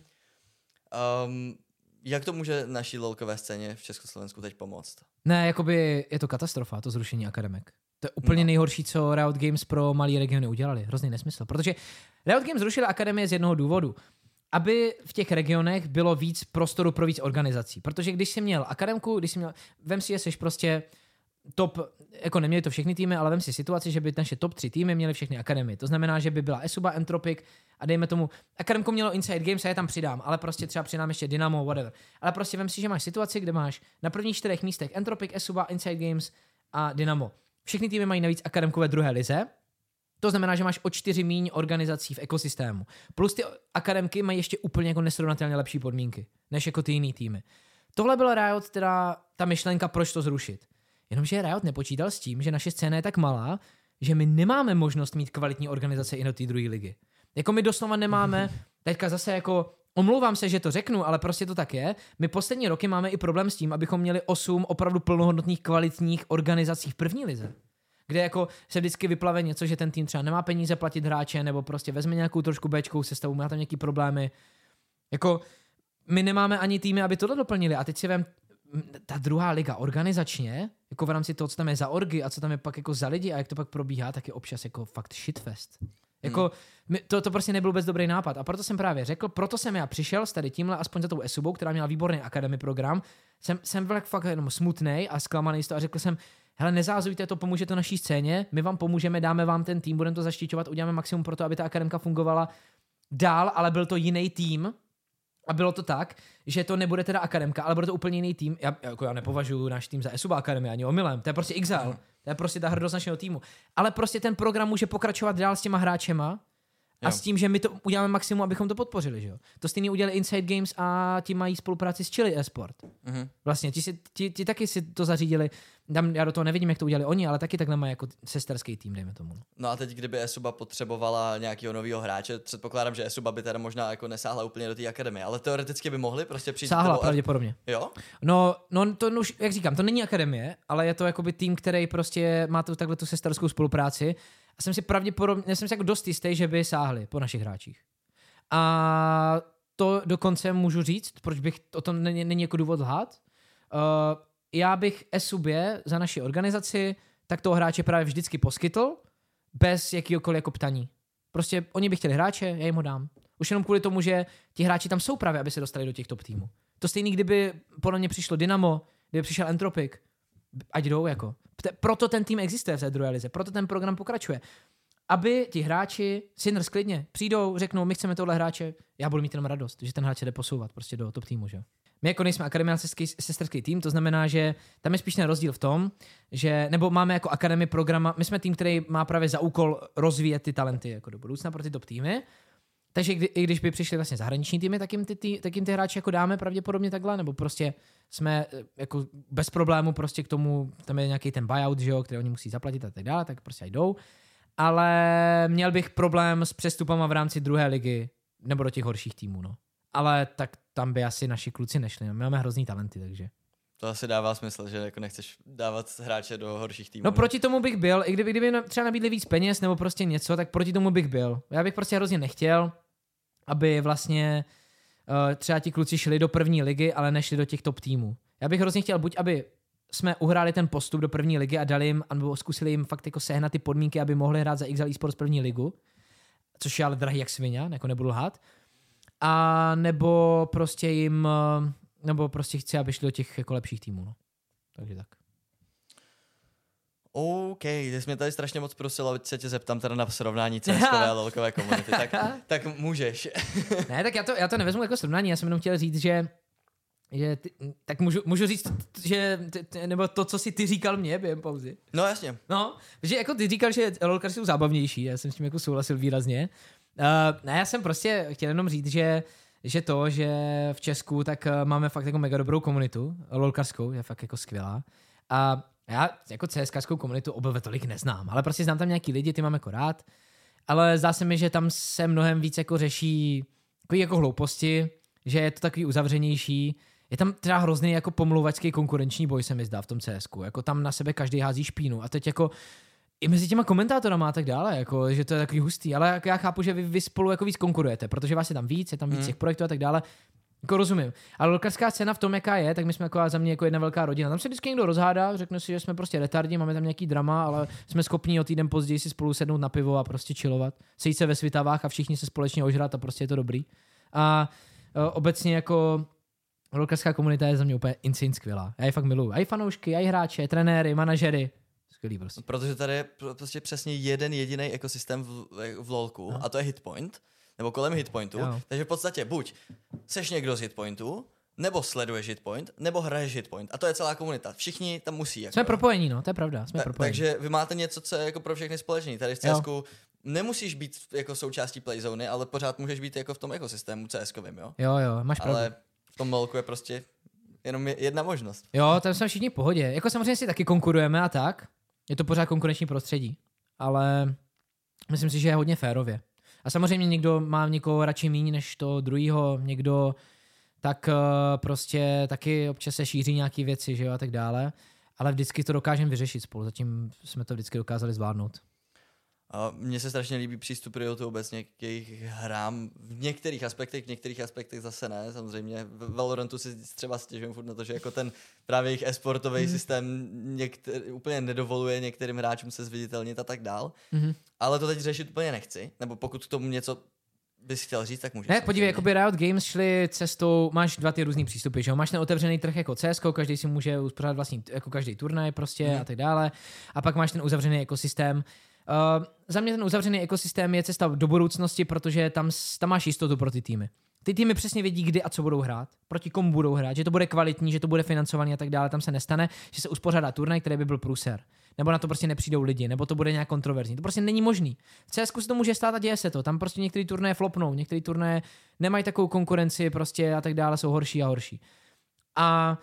Jak to může naší lolkové scéně v Československu teď pomoct? Ne, jakoby je to katastrofa, to zrušení akademek. To je úplně nejhorší, co Riot Games pro malý regiony udělali. Hrozný nesmysl. Protože Riot Games zrušila akademie z jednoho důvodu. Aby v těch regionech bylo víc prostoru pro víc organizací. Protože když jsi měl akademku, vem si, že jsi prostě top, jako neměli to všechny týmy, ale vem si situaci, že by naše top 3 týmy měly všechny akademie. To znamená, že by byla Esuba, Entropic a dejme tomu, akademku mělo Inside Games a je tam přidám, ale prostě třeba přidám ještě Dynamo, whatever. Ale prostě vem si, že máš situaci, kde máš na prvních 4 místech Entropic, Esuba, Inside Games a Dynamo. Všechny týmy mají navíc akademku ve druhé lize. To znamená, že máš o 4 míň organizací v ekosystému. Plus ty akademky mají ještě úplně jako nesrovnatelně lepší podmínky, než jako ty jiný týmy. Tohle byla Riot, teda ta myšlenka, proč to zrušit. Jenomže Riot nepočítal s tím, že naše scéna je tak malá, že my nemáme možnost mít kvalitní organizace i do té druhé ligy. Jako my doslova nemáme, teďka zase jako, omlouvám se, že to řeknu, ale prostě to tak je. My poslední roky máme i problém s tím, abychom měli 8 opravdu plnohodnotných kvalitních organizací v první lize. Kde jako se vždycky vyplave něco, že ten tým třeba nemá peníze platit hráče, nebo prostě vezme nějakou trošku Bčkou sestavu, má tam nějaký problémy. Jako my nemáme ani týmy, aby tohle doplnili. A teď si vem, ta druhá liga organizačně, jako v rámci toho, co tam je za orgy a co tam je pak jako za lidi a jak to pak probíhá, tak je občas jako fakt shitfest. Jako to prostě nebyl vůbec dobrý nápad. A proto jsem právě řekl, proto jsem já přišel s tady tímhle, aspoň za tou Esubou, která měla výborný akademy program, jsem byl fakt jenom smutnej a zklamaný z toho a řekl jsem, hele, nezázujte to, pomůže to naší scéně, my vám pomůžeme, dáme vám ten tým, budeme to zaštiťovat, uděláme maximum pro to, aby ta akademka fungovala dál, ale byl to jiný tým. A bylo to tak, že to nebude teda akademka, ale bude to úplně jiný tým. Já nepovažuji náš tým za Esuba Academy ani omylem. To je prostě Exile. To je prostě ta hrdost našeho týmu. Ale prostě ten program může pokračovat dál s těma hráčema a s tím, že my to uděláme maximum, abychom to podpořili, že jo. To stejný udělali Inside Games a ti mají spolupráci s Chili Esport. Vlastně, ti taky si to zařídili. Já do toho nevidím, jak to udělali oni, ale taky takhle mají jako sesterský tým, dejme tomu. No a teď, kdyby Esuba potřebovala nějakého nového hráče, předpokládám, že Esuba by teda možná jako nesáhla úplně do té akademie, ale teoreticky by mohli prostě přijít. Sáhla pravděpodobně. Jo? No to už, jak říkám, to není akademie, ale je to jakoby tým, který prostě má takhle tu sesterskou spolupráci. A jsem si jako dost jistý, že by sáhli po našich hráčích. A to dokonce můžu říct, proč bych o tom není jako důvod lhát. Já bych Esubě za naši organizaci tak toho hráče právě vždycky poskytl, bez jakýhokoliv jako ptaní. Prostě oni by chtěli hráče, já jim ho dám. Už jenom kvůli tomu, že ti hráči tam jsou právě, aby se dostali do těch top týmů. To stejný, kdyby podle mě přišlo Dynamo, kdyby přišel Entropic, ať jdou jako. Proto ten tým existuje v té druhé lize, proto ten program pokračuje. Aby ti hráči, Sinners klidně, přijdou, řeknou, my chceme tohle hráče, já budu mít jenom radost, že ten hráč jde posouvat prostě do top týmu, že? My jako nejsme akademie sesterský tým, to znamená, že tam je spíš ten rozdíl v tom, že, nebo máme jako akademii programa, my jsme tým, který má právě za úkol rozvíjet ty talenty jako do budoucna pro ty top týmy. Takže i když by přišli vlastně zahraniční týmy, tak jim ty hráči jako dáme pravděpodobně takhle, nebo prostě jsme jako bez problému prostě k tomu, tam je nějaký ten buyout, že jo, který oni musí zaplatit a tak dále, tak prostě jdou. Ale měl bych problém s přestupama v rámci druhé ligy, nebo do těch horších týmů, no. Ale tak tam by asi naši kluci nešli, no. My máme hrozný talenty, takže. To asi dává smysl, že jako nechceš dávat hráče do horších týmů. No proti tomu bych byl, i kdyby třeba nabídli víc peněz nebo prostě něco, tak proti tomu bych byl. Já bych prostě hrozně nechtěl, aby vlastně třeba ti kluci šli do první ligy, ale nešli do těch top týmů. Já bych hrozně chtěl buď, aby jsme uhráli ten postup do první ligy a dali jim, nebo zkusili jim fakt jako sehnat ty podmínky, aby mohli hrát za XL Esports první ligu, což je ale drahý jak svině, jako nebudu lhát. A nebo prostě jim, nebo prostě chci, aby šli do těch jako lepších týmů, no. Takže tak. OK, ty jsi mě tady strašně moc prosil, aby se tě zeptám teda na srovnání CSkové a lolkové komunity, tak můžeš. Ne, tak já to nevezmu jako srovnání, já jsem jenom chtěl říct, že tak můžu říct, že nebo to, co si ty říkal mě během pauzy. No jasně. No, že jako ty říkal, že lolkaři jsou zábavnější, já jsem s tím jako souhlasil výrazně. Ne, já jsem prostě chtěl jenom říct, že v Česku tak máme fakt jako mega dobrou komunitu, lolkařskou, je fakt jako skvělá. A já jako CSkařskou komunitu obvykle tolik neznám, ale prostě znám tam nějaký lidi, ty mám jako rád, ale zdá se mi, že tam se mnohem víc jako řeší jako hlouposti, že je to takový uzavřenější. Je tam třeba hrozný jako pomluvačský konkurenční boj, se mi zdá v tom CSku. Jako tam na sebe každý hází špínu a teď jako i mezi těma komentátorama a tak dále, jako, že to je takový hustý, ale já chápu, že vy spolu jako víc konkurujete, protože vás je tam víc těch projektů a tak dále. Jako rozumím. Ale lolkařská scéna v tom, jaká je, tak my jsme jako za mě jako jedna velká rodina. Tam se vždycky někdo rozhádá, řekne si, že jsme prostě retardi, máme tam nějaký drama, ale jsme schopni o týden později si spolu sednout na pivo a prostě chillovat. Sejít se ve Svitavách a všichni se společně ožrat a prostě je to dobrý. A obecně jako lolkařská komunita je za mě úplně insane skvělá. Já je fakt miluju. A i fanoušky, a i hráče, trenéry, manažery. Skvělý prostě. Protože tady je prostě přesně jeden jediný ekosystém v lolku a to je Hitpoint. Nebo kolem Hitpointu. Jo. Takže v podstatě buď seš někdo z Hitpointu, nebo sleduješ Hitpoint, nebo hraješ Hitpoint. A to je celá komunita. Všichni tam musí. Jako. Jsme propojení, no, to je pravda. Jsme propojení. Takže vy máte něco, co je jako pro všechny společný. Tady v CSku nemusíš být jako součástí playzony, ale pořád můžeš být jako v tom ekosystému CSkovým, jo? Jo, máš pravdu. Ale v tom lolku je prostě jenom jedna možnost. Jo, tam jsme všichni v pohodě. Jako samozřejmě si taky konkurujeme a tak. Je to pořád konkurenční prostředí. Ale myslím si, že je hodně férově. A samozřejmě někdo má někoho radši míň než to druhýho, někdo tak prostě taky občas se šíří nějaký věci, že jo, a tak dále. Ale vždycky to dokážeme vyřešit spolu, zatím jsme to vždycky dokázali zvládnout. A mně se strašně líbí přístup Riotu obecně k jejich hrám v některých aspektech zase ne. Samozřejmě v Valorantu si třeba stěžujem furt na to, že jako ten právě jejich e-sportový systém úplně nedovoluje některým hráčům se zviditelnit a tak dál. Ale to teď řešit úplně nechci, nebo pokud k tomu něco bys chtěl říct, tak můžeš. Ne, podívej, jakoby Riot Games šli cestou, máš dva ty různý přístupy, že jo? Máš ten otevřený trh jako CS:GO, každý si může uspořádat vlastní, jako každý turnaj prostě a tak dále. A pak máš ten uzavřený ekosystém. Za mě ten uzavřený ekosystém je cesta do budoucnosti, protože tam máš jistotu pro ty týmy. Ty týmy přesně vědí, kdy a co budou hrát, proti komu budou hrát, že to bude kvalitní, že to bude financovaný a tak dále. Tam se nestane, že se uspořádá turnaj, který by byl průser. Nebo na to prostě nepřijdou lidi, nebo to bude nějak kontroverzní. To prostě není možný. V CSku se to může stát a děje se to. Tam prostě některé turnaje flopnou, některé turnaje nemají takovou konkurenci prostě a tak dále, jsou horší a horší. A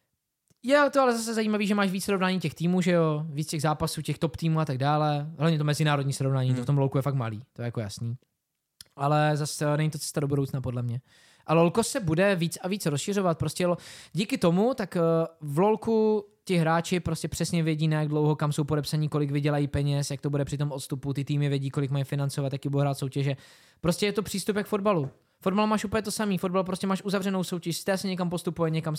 je to ale zase zajímavý, že máš víc srovnání těch týmů, že jo, víc těch zápasů, těch top týmů a tak dále. Hlavně to mezinárodní srovnání, to v tom lolku je fakt malý, to je jako jasný. Ale zase není to cesta do budoucna podle mě. A lolko se bude víc a víc rozšiřovat. Prostě díky tomu, tak v lolku ti hráči prostě přesně vědí, na jak dlouho, kam jsou podepsaní, kolik vydělají peněz, jak to bude při tom odstupu, ty týmy vědí, kolik mají financovat, jaký budou hrát soutěže. Prostě je to přístup jak fotbalu. Fotbal máš úplně to samý, fotbal prostě máš uzavřenou soutěž, z té se někam postupuje někam,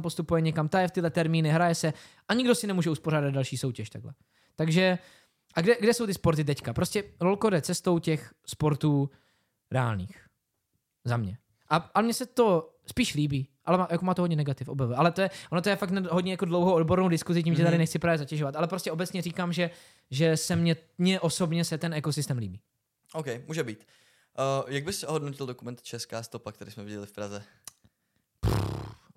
ta je v tyhle termíny, hraje se a nikdo si nemůže uspořádat další soutěž takhle. Takže, a kde jsou ty sporty teďka? Prostě lolko jde cestou těch sportů reálných. Za mě. A mně se to spíš líbí, ale jako má to hodně negativ, objev. Ale ono to je fakt hodně jako dlouhou odbornou diskuzi, tím, že tady nechci právě zatěžovat. Ale prostě obecně říkám, že se mně osobně se ten ekosystém líbí. OK, může být. Jak bys hodnotil dokument Česká stopa, který jsme viděli v Praze?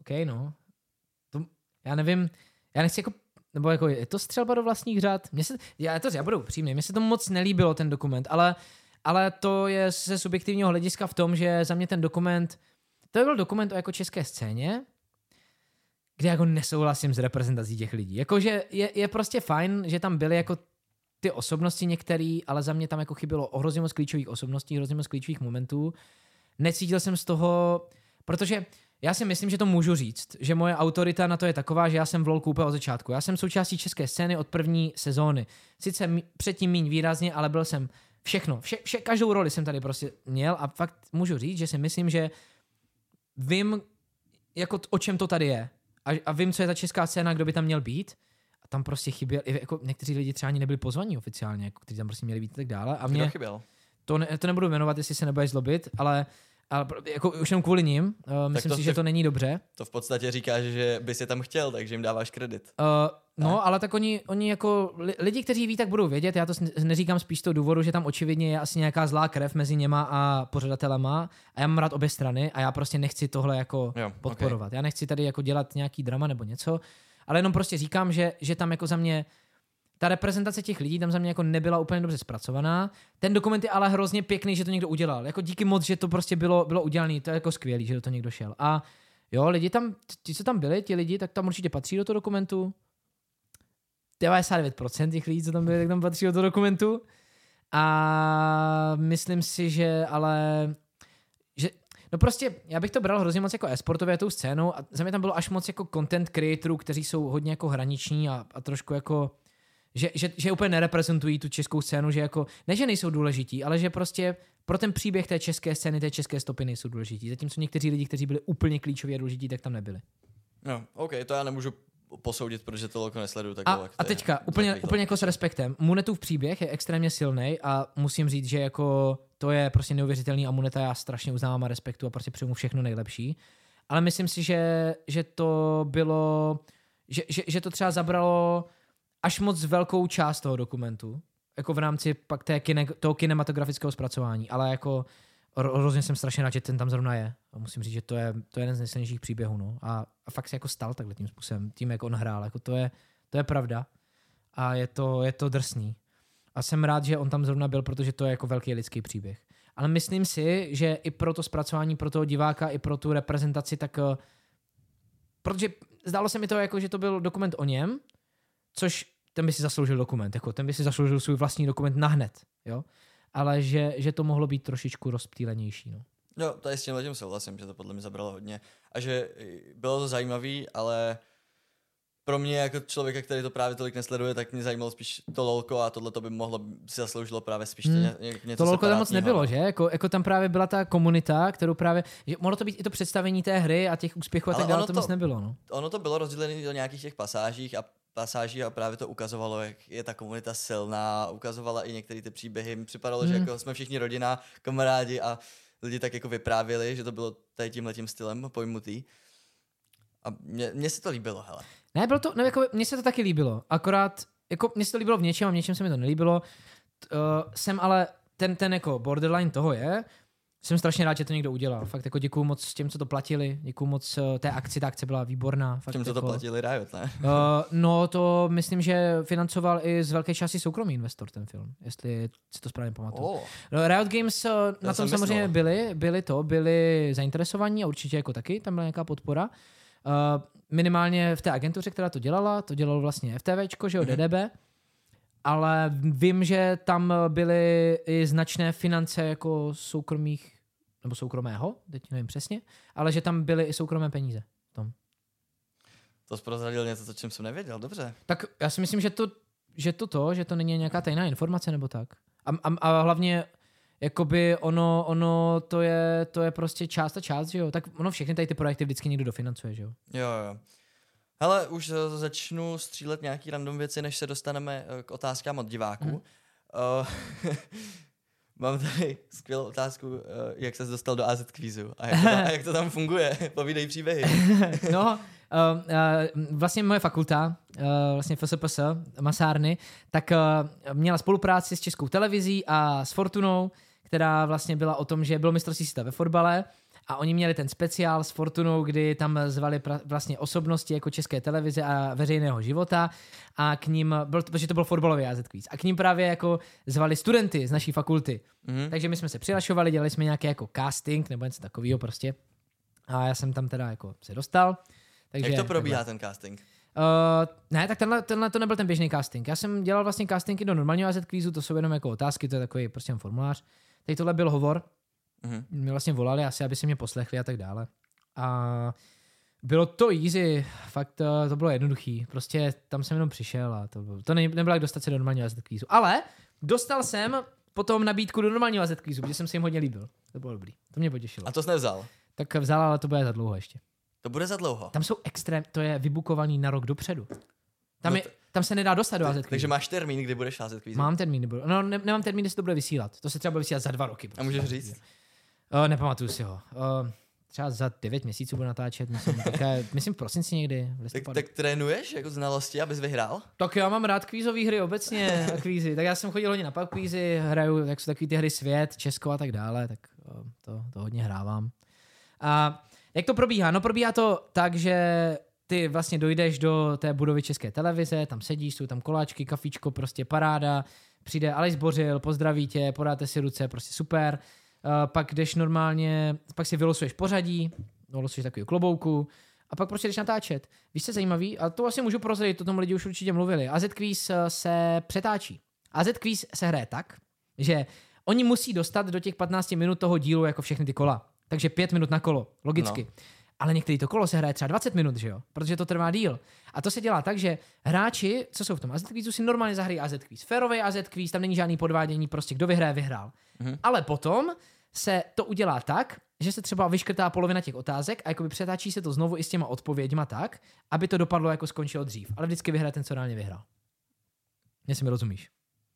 OK, no. To, já nevím, já nechci jako, nebo jako je to střelba do vlastních řad? Já budu upřímný, mně se to moc nelíbilo ten dokument, ale to je ze subjektivního hlediska v tom, že za mě ten dokument, to byl dokument o jako české scéně, kde jako nesouhlasím s reprezentací těch lidí. Jakože je prostě fajn, že tam byly jako ty osobnosti některý, ale za mě tam jako chybělo hrozně moc klíčových osobností, hrozně moc klíčových momentů. Necítil jsem z toho, protože já si myslím, že to můžu říct, že moje autorita na to je taková, že já jsem v LoLku úplně od začátku. Já jsem součástí české scény od první sezóny. Sice předtím míň výrazně, ale byl jsem všechno. Každou roli jsem tady prostě měl a fakt můžu říct, že si myslím, že vím, jako o čem to tady je. A vím, co je ta česká scéna, kdo by tam měl být. A tam prostě chyběl, jako někteří lidi třeba ani nebyli pozvaní oficiálně, jako, kteří tam prostě měli být a tak dále. A mě chyběl? To nebudu jmenovat, jestli se nebudeš zlobit, ale jako už jenom kvůli nim, myslím si, že to není dobře. To v podstatě říkáš, že bys je tam chtěl, takže jim dáváš kredit. No, ale tak oni jako lidi, kteří ví, tak budou vědět. Já to neříkám spíš z toho důvodu, že tam očividně je asi nějaká zlá krev mezi něma a pořadatelema a já mám rád obě strany a já prostě nechci tohle jako podporovat. Okay. Já nechci tady jako dělat nějaký drama nebo něco, ale jenom prostě říkám, že tam jako za mě ta reprezentace těch lidí tam za mě jako nebyla úplně dobře zpracovaná. Ten dokument je ale hrozně pěkný, že to někdo udělal. Jako díky moc, že to prostě bylo udělané. To je jako skvělý, že do toho někdo šel. A jo, lidi tam, ti, co tam byli, ti lidi, tak tam určitě patří do toho dokumentu. 99% těch lidí, co tam byli, tak tam patří do toho dokumentu. A myslím si, že no prostě, já bych to bral hrozně moc jako e-sportově tou scénou a za mě tam bylo až moc jako content creatorů, kteří jsou hodně jako hraniční a trošku jako že úplně nereprezentují tu českou scénu, že jako, ne, že nejsou důležití, ale že prostě pro ten příběh té české scény, té české stopy nejsou důležití. Zatímco někteří lidi, kteří byli úplně klíčoví a důležití, tak tam nebyli. No, OK, to já nemůžu posoudit, protože to loko nesleduju. Tak a teďka, úplně jako s respektem. Munetův příběh je extrémně silný a musím říct, že jako to je prostě neuvěřitelný a Muneta já strašně uznávám a respektu a prostě přeju mu všechno nejlepší. Ale myslím si, že to bylo, že to třeba zabralo až moc velkou část toho dokumentu, jako v rámci pak toho kinematografického zpracování, ale jako hrozně jsem strašně rád, že ten tam zrovna je. A musím říct, že to je jeden z nejsilnějších příběhů, no. A fakt se jako stal takhle tím způsobem, tím, jak on hrál, jako to je pravda. A je to drsný. A jsem rád, že on tam zrovna byl, protože to je jako velký lidský příběh. Ale myslím si, že i pro to zpracování, pro toho diváka, i pro tu reprezentaci, tak protože zdálo se mi to jako, že to byl dokument o něm, což ten by si zasloužil dokument, jako ten by si zasloužil svůj vlastní dokument nahned, jo? Ale že to mohlo být trošičku rozptýlenější, no. Jo, to je s tím souhlasím, že to podle mě zabralo hodně a že bylo to zajímavý, ale pro mě jako člověka, který to právě tolik nesleduje, tak mě zajímalo spíš to lolko a tohle to by mohlo si zasloužilo právě spíš něco to lolko tam moc nebylo, že? Jako tam právě byla ta komunita, kterou právě, že mohlo to být i to představení té hry a těch úspěchů a tak dále, to moc nebylo, no. Ono to bylo rozdělené do nějakých těch pasáží a právě to ukazovalo, jak je ta komunita silná, ukazovala i některé ty příběhy. Mi připadalo, že jako jsme všichni rodina, kamarádi a lidi tak jako vyprávěli, že to bylo tady tímhletím stylem pojmutý. A mně se to líbilo, hele. Ne, bylo to, ne, jako mně se to taky líbilo, akorát, jako mně se to líbilo v něčem a v něčem se mi to nelíbilo. Jsem ale, ten jako borderline toho je, jsem strašně rád, že to někdo udělal. Fakt jako děkuju moc těm, co to platili, děkuju moc té akci, ta akce byla výborná. Fakt těm, co jako, to platili Riot, ne? No to myslím, že financoval i z velké části soukromý investor ten film, jestli si to správně pamatuju. No, Riot Games na tom samozřejmě byli zainteresovaní a určitě jako taky, tam byla nějaká podpora. Minimálně v té agentuře, která to dělalo vlastně FTVčko, že jo, DDB, ale vím, že tam byly i značné finance jako soukromých, nebo soukromého, teď nevím přesně, ale že tam byly i soukromé peníze. Tom. To jsi prozradil něco, o čem jsem nevěděl, dobře. Tak já si myslím, že to není nějaká tajná informace nebo tak. A hlavně jakoby ono to je prostě část, že jo? Tak ono všechny tady ty projekty vždycky někdo dofinancuje, že jo? Jo. Hele, už začnu střílet nějaký random věci, než se dostaneme k otázkám od diváků. Mám tady skvělou otázku, jak ses dostal do AZ kvízu a jak to tam funguje. Povídej příběhy. No, vlastně moje fakulta, vlastně FSPS, masárny, tak měla spolupráci s Českou televizí a s Fortunou, která vlastně byla o tom, že bylo mistrovství světa ve fotbale a oni měli ten speciál s Fortunou, kdy tam zvali vlastně osobnosti jako České televize a veřejného života a k ním, protože to byl fotbalový AZ Quiz, a k ním právě jako zvali studenty z naší fakulty. Takže my jsme se přihlašovali, dělali jsme nějaký jako casting nebo něco takového prostě a já jsem tam teda jako se dostal. Takže, jak to probíhá ten casting? Ne, tak tenhle to nebyl ten běžný casting. Já jsem dělal vlastně castingy do normálního AZ Quizu, to jsou jenom jako otázky, to je takový prostě formulář. Teď tohle byl hovor. Mě vlastně volali asi, aby si mě poslechli a tak dále. A bylo to easy, fakt to bylo jednoduchý. Prostě tam jsem jenom přišel a to nebylo jak dostat se do normálního AZ Quizu. Ale dostal jsem potom nabídku do normálního AZ Quizu, protože jsem si jim hodně líbil. To bylo dobrý, to mě potěšilo. A to jsi nevzal? Tak vzal, ale to bude za dlouho ještě. To bude za dlouho. Tam jsou to je vybukovaný na rok dopředu. Tam se nedá dostat do AZ Quizu. Takže máš termín, kdy budeš v AZ Quizu? Mám termín, nemám termín, kdy se to bude vysílat. To se třeba bude vysílat za 2 roky. A můžeš říct? Nepamatuju si ho. Třeba za 9 měsíců budu natáčet, myslím v prosinci někdy. Tak trénuješ jako znalosti, abys vyhrál? Tak já mám rád kvízové hry obecně a kvízy. Tak já jsem chodil hodně na pub kvízy, hraju, jak jsou takový ty hry Svět, Česko a tak dále, tak to hodně hrávám. A jak to probíhá? No probíhá to tak, že ty vlastně dojdeš do té budovy České televize, tam sedíš, jsou tam koláčky, kafíčko, prostě paráda, přijde Aleš Bořil, pozdraví tě, podáte si ruce, prostě super. Pak jdeš normálně, pak si vylosuješ pořadí, vylosuješ takový klobouku a pak prostě jdeš natáčet. Víš, co je zajímavý? A to asi můžu prozradit, o tom lidi už určitě mluvili. AZ Quiz se přetáčí. AZ Quiz se hraje tak, že oni musí dostat do těch 15 minut toho dílu jako všechny ty kola. Takže 5 minut na kolo, logicky. No. Ale některý to kolo se hraje třeba 20 minut, že jo? Protože to trvá díl. A to se dělá tak, že hráči, co jsou v tom AZ Quizu, si normálně zahrají AZ Quiz. Férový AZ Quiz, tam není žádný podvádění, prostě kdo vyhraje, vyhrál. Ale potom se to udělá tak, že se třeba vyškrtá polovina těch otázek a jakoby přetáčí se to znovu i s těma odpověďma tak, aby to dopadlo jako skončilo dřív. Ale vždycky vyhraje ten, co reálně vyhrál. Jestli mi rozumíš.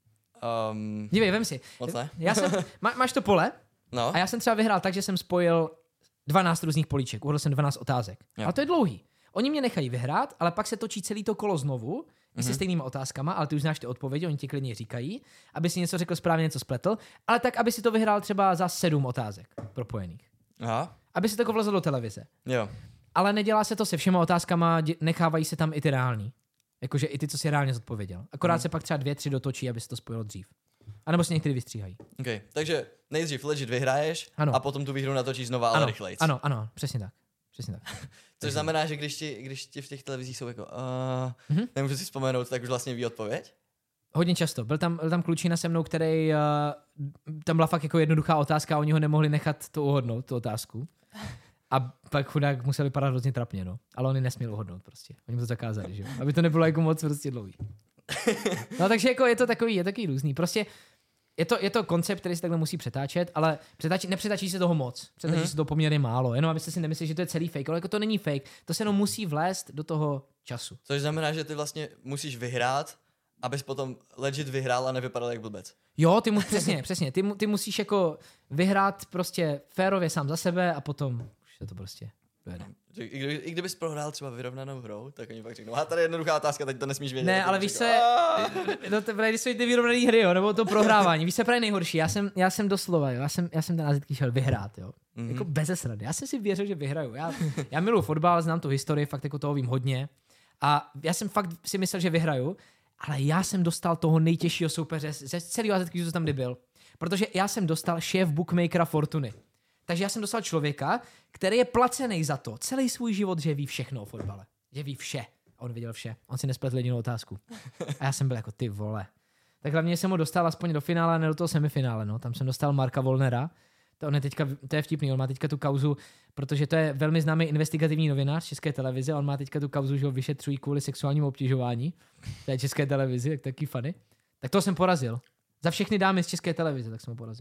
Dívej, vem si. Moc ne. Máš to pole? No. A já jsem třeba vyhrál tak, že jsem spojil 12 různých políček, uhodl jsem 12 otázek. Jo. Ale to je dlouhý. Oni mě nechají vyhrát, ale pak se točí celý to kolo znovu, se stejnýma otázkama, ale ty už znáš ty odpovědi, oni ti klidně říkají, aby si něco řekl správně, něco spletl, ale tak, aby si to vyhrál třeba za 7 otázek propojených. Aha. Aby se to vlezlo do televize. Jo. Ale nedělá se to se všema otázkama, nechávají se tam i ty reální. Jakože i ty, co si reálně zodpověděl. Akorát se pak třeba 2-3 dotočí, aby se to spojilo dřív. A nebo si některý vystříhají. Okay. Takže nejdřív legit vyhraješ a potom tu výhru natočíš znova, ale rychlejc. Ano, přesně tak. Což znamená, že když ti v těch televizích jsou jako nemůžu si vzpomenout, tak už vlastně ví odpověď? Hodně často. Byl tam klučina se mnou, který tam byla fakt jako jednoduchá otázka a oni ho nemohli nechat to uhodnout, tu otázku. A pak chudák musel vypadat hrozně trapně, no. Ale oni nesměli uhodnout prostě. Oni mu to zakázali, že jo. Aby to nebylo jako moc prostě dlouhý. No takže jako je to takový různý. Prostě je to koncept, který se takhle musí přetáčet, ale nepřetáčí se toho moc. Přetáčí se toho poměrně málo. Jenom abyste si nemysleli, že to je celý fake, ale jako to není fake. To se jenom musí vlézt do toho času. Což znamená, že ty vlastně musíš vyhrát, abys potom legit vyhrál a nevypadal jak blbec. Jo, přesně. Ty musíš jako vyhrát prostě férově sám za sebe a potom už se to prostě dojede. I kdybys prohrál třeba vyrovnanou hrou, tak oni pak řeknou, tady je jednoduchá otázka, teď to nesmíš vědět. Ne, ale víš se, no to když jsou ty vyrovnaný hry, jo, nebo to prohrávání, víš se právě nejhorší, já jsem doslova, jo, já jsem ten AZky šel vyhrát, jo, jako beze srady, já jsem si věřil, že vyhraju, já miluji fotbal, znám tu historii, fakt jako toho vím hodně a já jsem fakt si myslel, že vyhraju, ale já jsem dostal toho nejtěžšího soupeře ze celého AZky, co tam kdy byl, protože já jsem dostal šéf bookmakera Fortuny. Takže já jsem dostal člověka, který je placený za to celý svůj život, že ví všechno o fotbale. Že ví vše. A on věděl vše. On si nespletl jedinou otázku. A já jsem byl jako ty vole. Tak hlavně jsem ho dostal aspoň do finále a ne do toho semifinále. No. Tam jsem dostal Marka Volnera. To je vtipný, on má teďka tu kauzu, protože to je velmi známý investigativní novinář České televize. On má teďka tu kauzu, že ho vyšetřují kvůli sexuálnímu obtěžování. To je České televizi, tak taky funny. Tak to jsem porazil. Za všechny dámy z České televize, tak jsem ho porazil.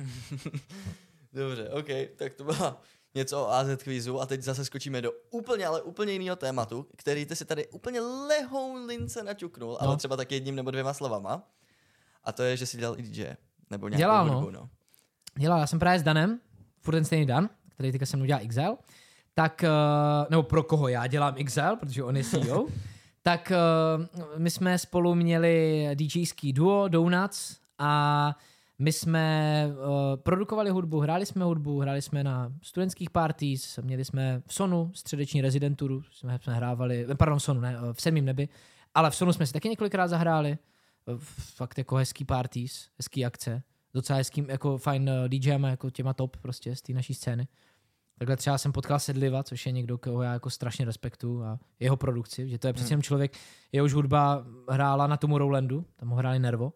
Dobře, OK, tak to byla něco o AZ Quizu a teď zase skočíme do úplně jiného tématu, který ty si tady úplně lehoulince naťuknul, ale třeba tak 1 nebo 2 slovama. A to je, že jsi dělal i DJ, nebo nějakou hudbu, no. Dělal, já jsem právě s Danem, furt ten stejný Dan, který teďka se mnou dělá XL, tak, nebo pro koho já dělám XL, protože on je CEO, tak my jsme spolu měli DJský duo Donuts a My jsme produkovali hudbu, hráli jsme na studentských parties, měli jsme v Sonu středeční rezidenturu, jsme hrávali, pardon, v Sonu, ne, v 7. nebi, ale v Sonu jsme si taky několikrát zahráli, fakt jako hezký parties, hezký akce, docela hezký, jako fajn DJem, jako těma top prostě z té naší scény. Takhle třeba jsem potkal Sedliva, což je někdo, koho já jako strašně respektuju a jeho produkci, že to je přece jenom člověk, jehož hudba hrála na Tomorrowlandu, tam ho hráli Nervo.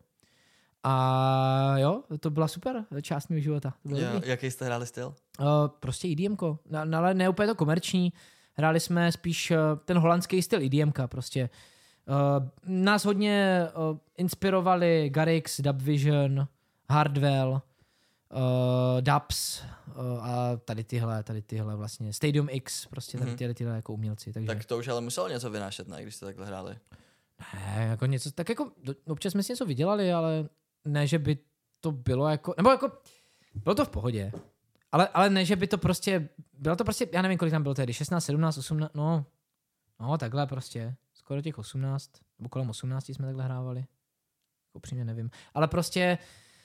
A jo, to byla super část mého života. Jaký jste hráli styl? Prostě EDMko, ale ne úplně to komerční. Hráli jsme spíš ten holandský styl EDMka prostě. Nás hodně inspirovali Garrix, Dubvision, Hardwell, Dubs a tady tyhle vlastně Stadium X, prostě tady tyhle jako umělci. Takže... Tak to už ale muselo něco vynášet, ne, když jste takhle hráli? Ne, jako něco, tak jako občas jsme si něco vydělali, ale ne, že by to bylo jako, nebo jako, bylo to v pohodě, ale ne, že by to prostě, bylo to prostě, já nevím, kolik tam bylo tehdy, 16, 17, 18, no takhle prostě, skoro těch 18, nebo kolem 18 jsme takhle hrávali, upřímně nevím, ale prostě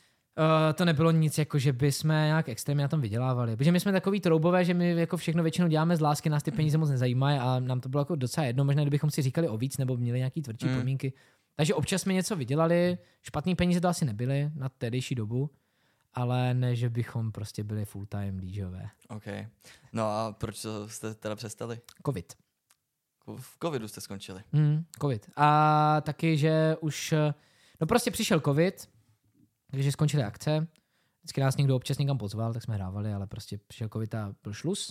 to nebylo nic, jako že by jsme nějak extrémně na tom vydělávali, protože my jsme takový troubové, že my jako všechno většinou děláme z lásky, nás ty peníze moc nezajímají a nám to bylo jako docela jedno, možná kdybychom si říkali o víc nebo měli nějaký tvrdší podmínky. Takže občas jsme něco vydělali, špatný peníze to asi nebyly na tehdejší dobu, ale ne, že bychom prostě byli full-time DJové. OK. No a proč jste teda přestali? Covid. V covidu jste skončili. Covid. A taky, že už, no prostě přišel covid, takže skončily akce. Vždycky nás někdo občas někam pozval, tak jsme hrávali, ale prostě přišel covid a byl šluz.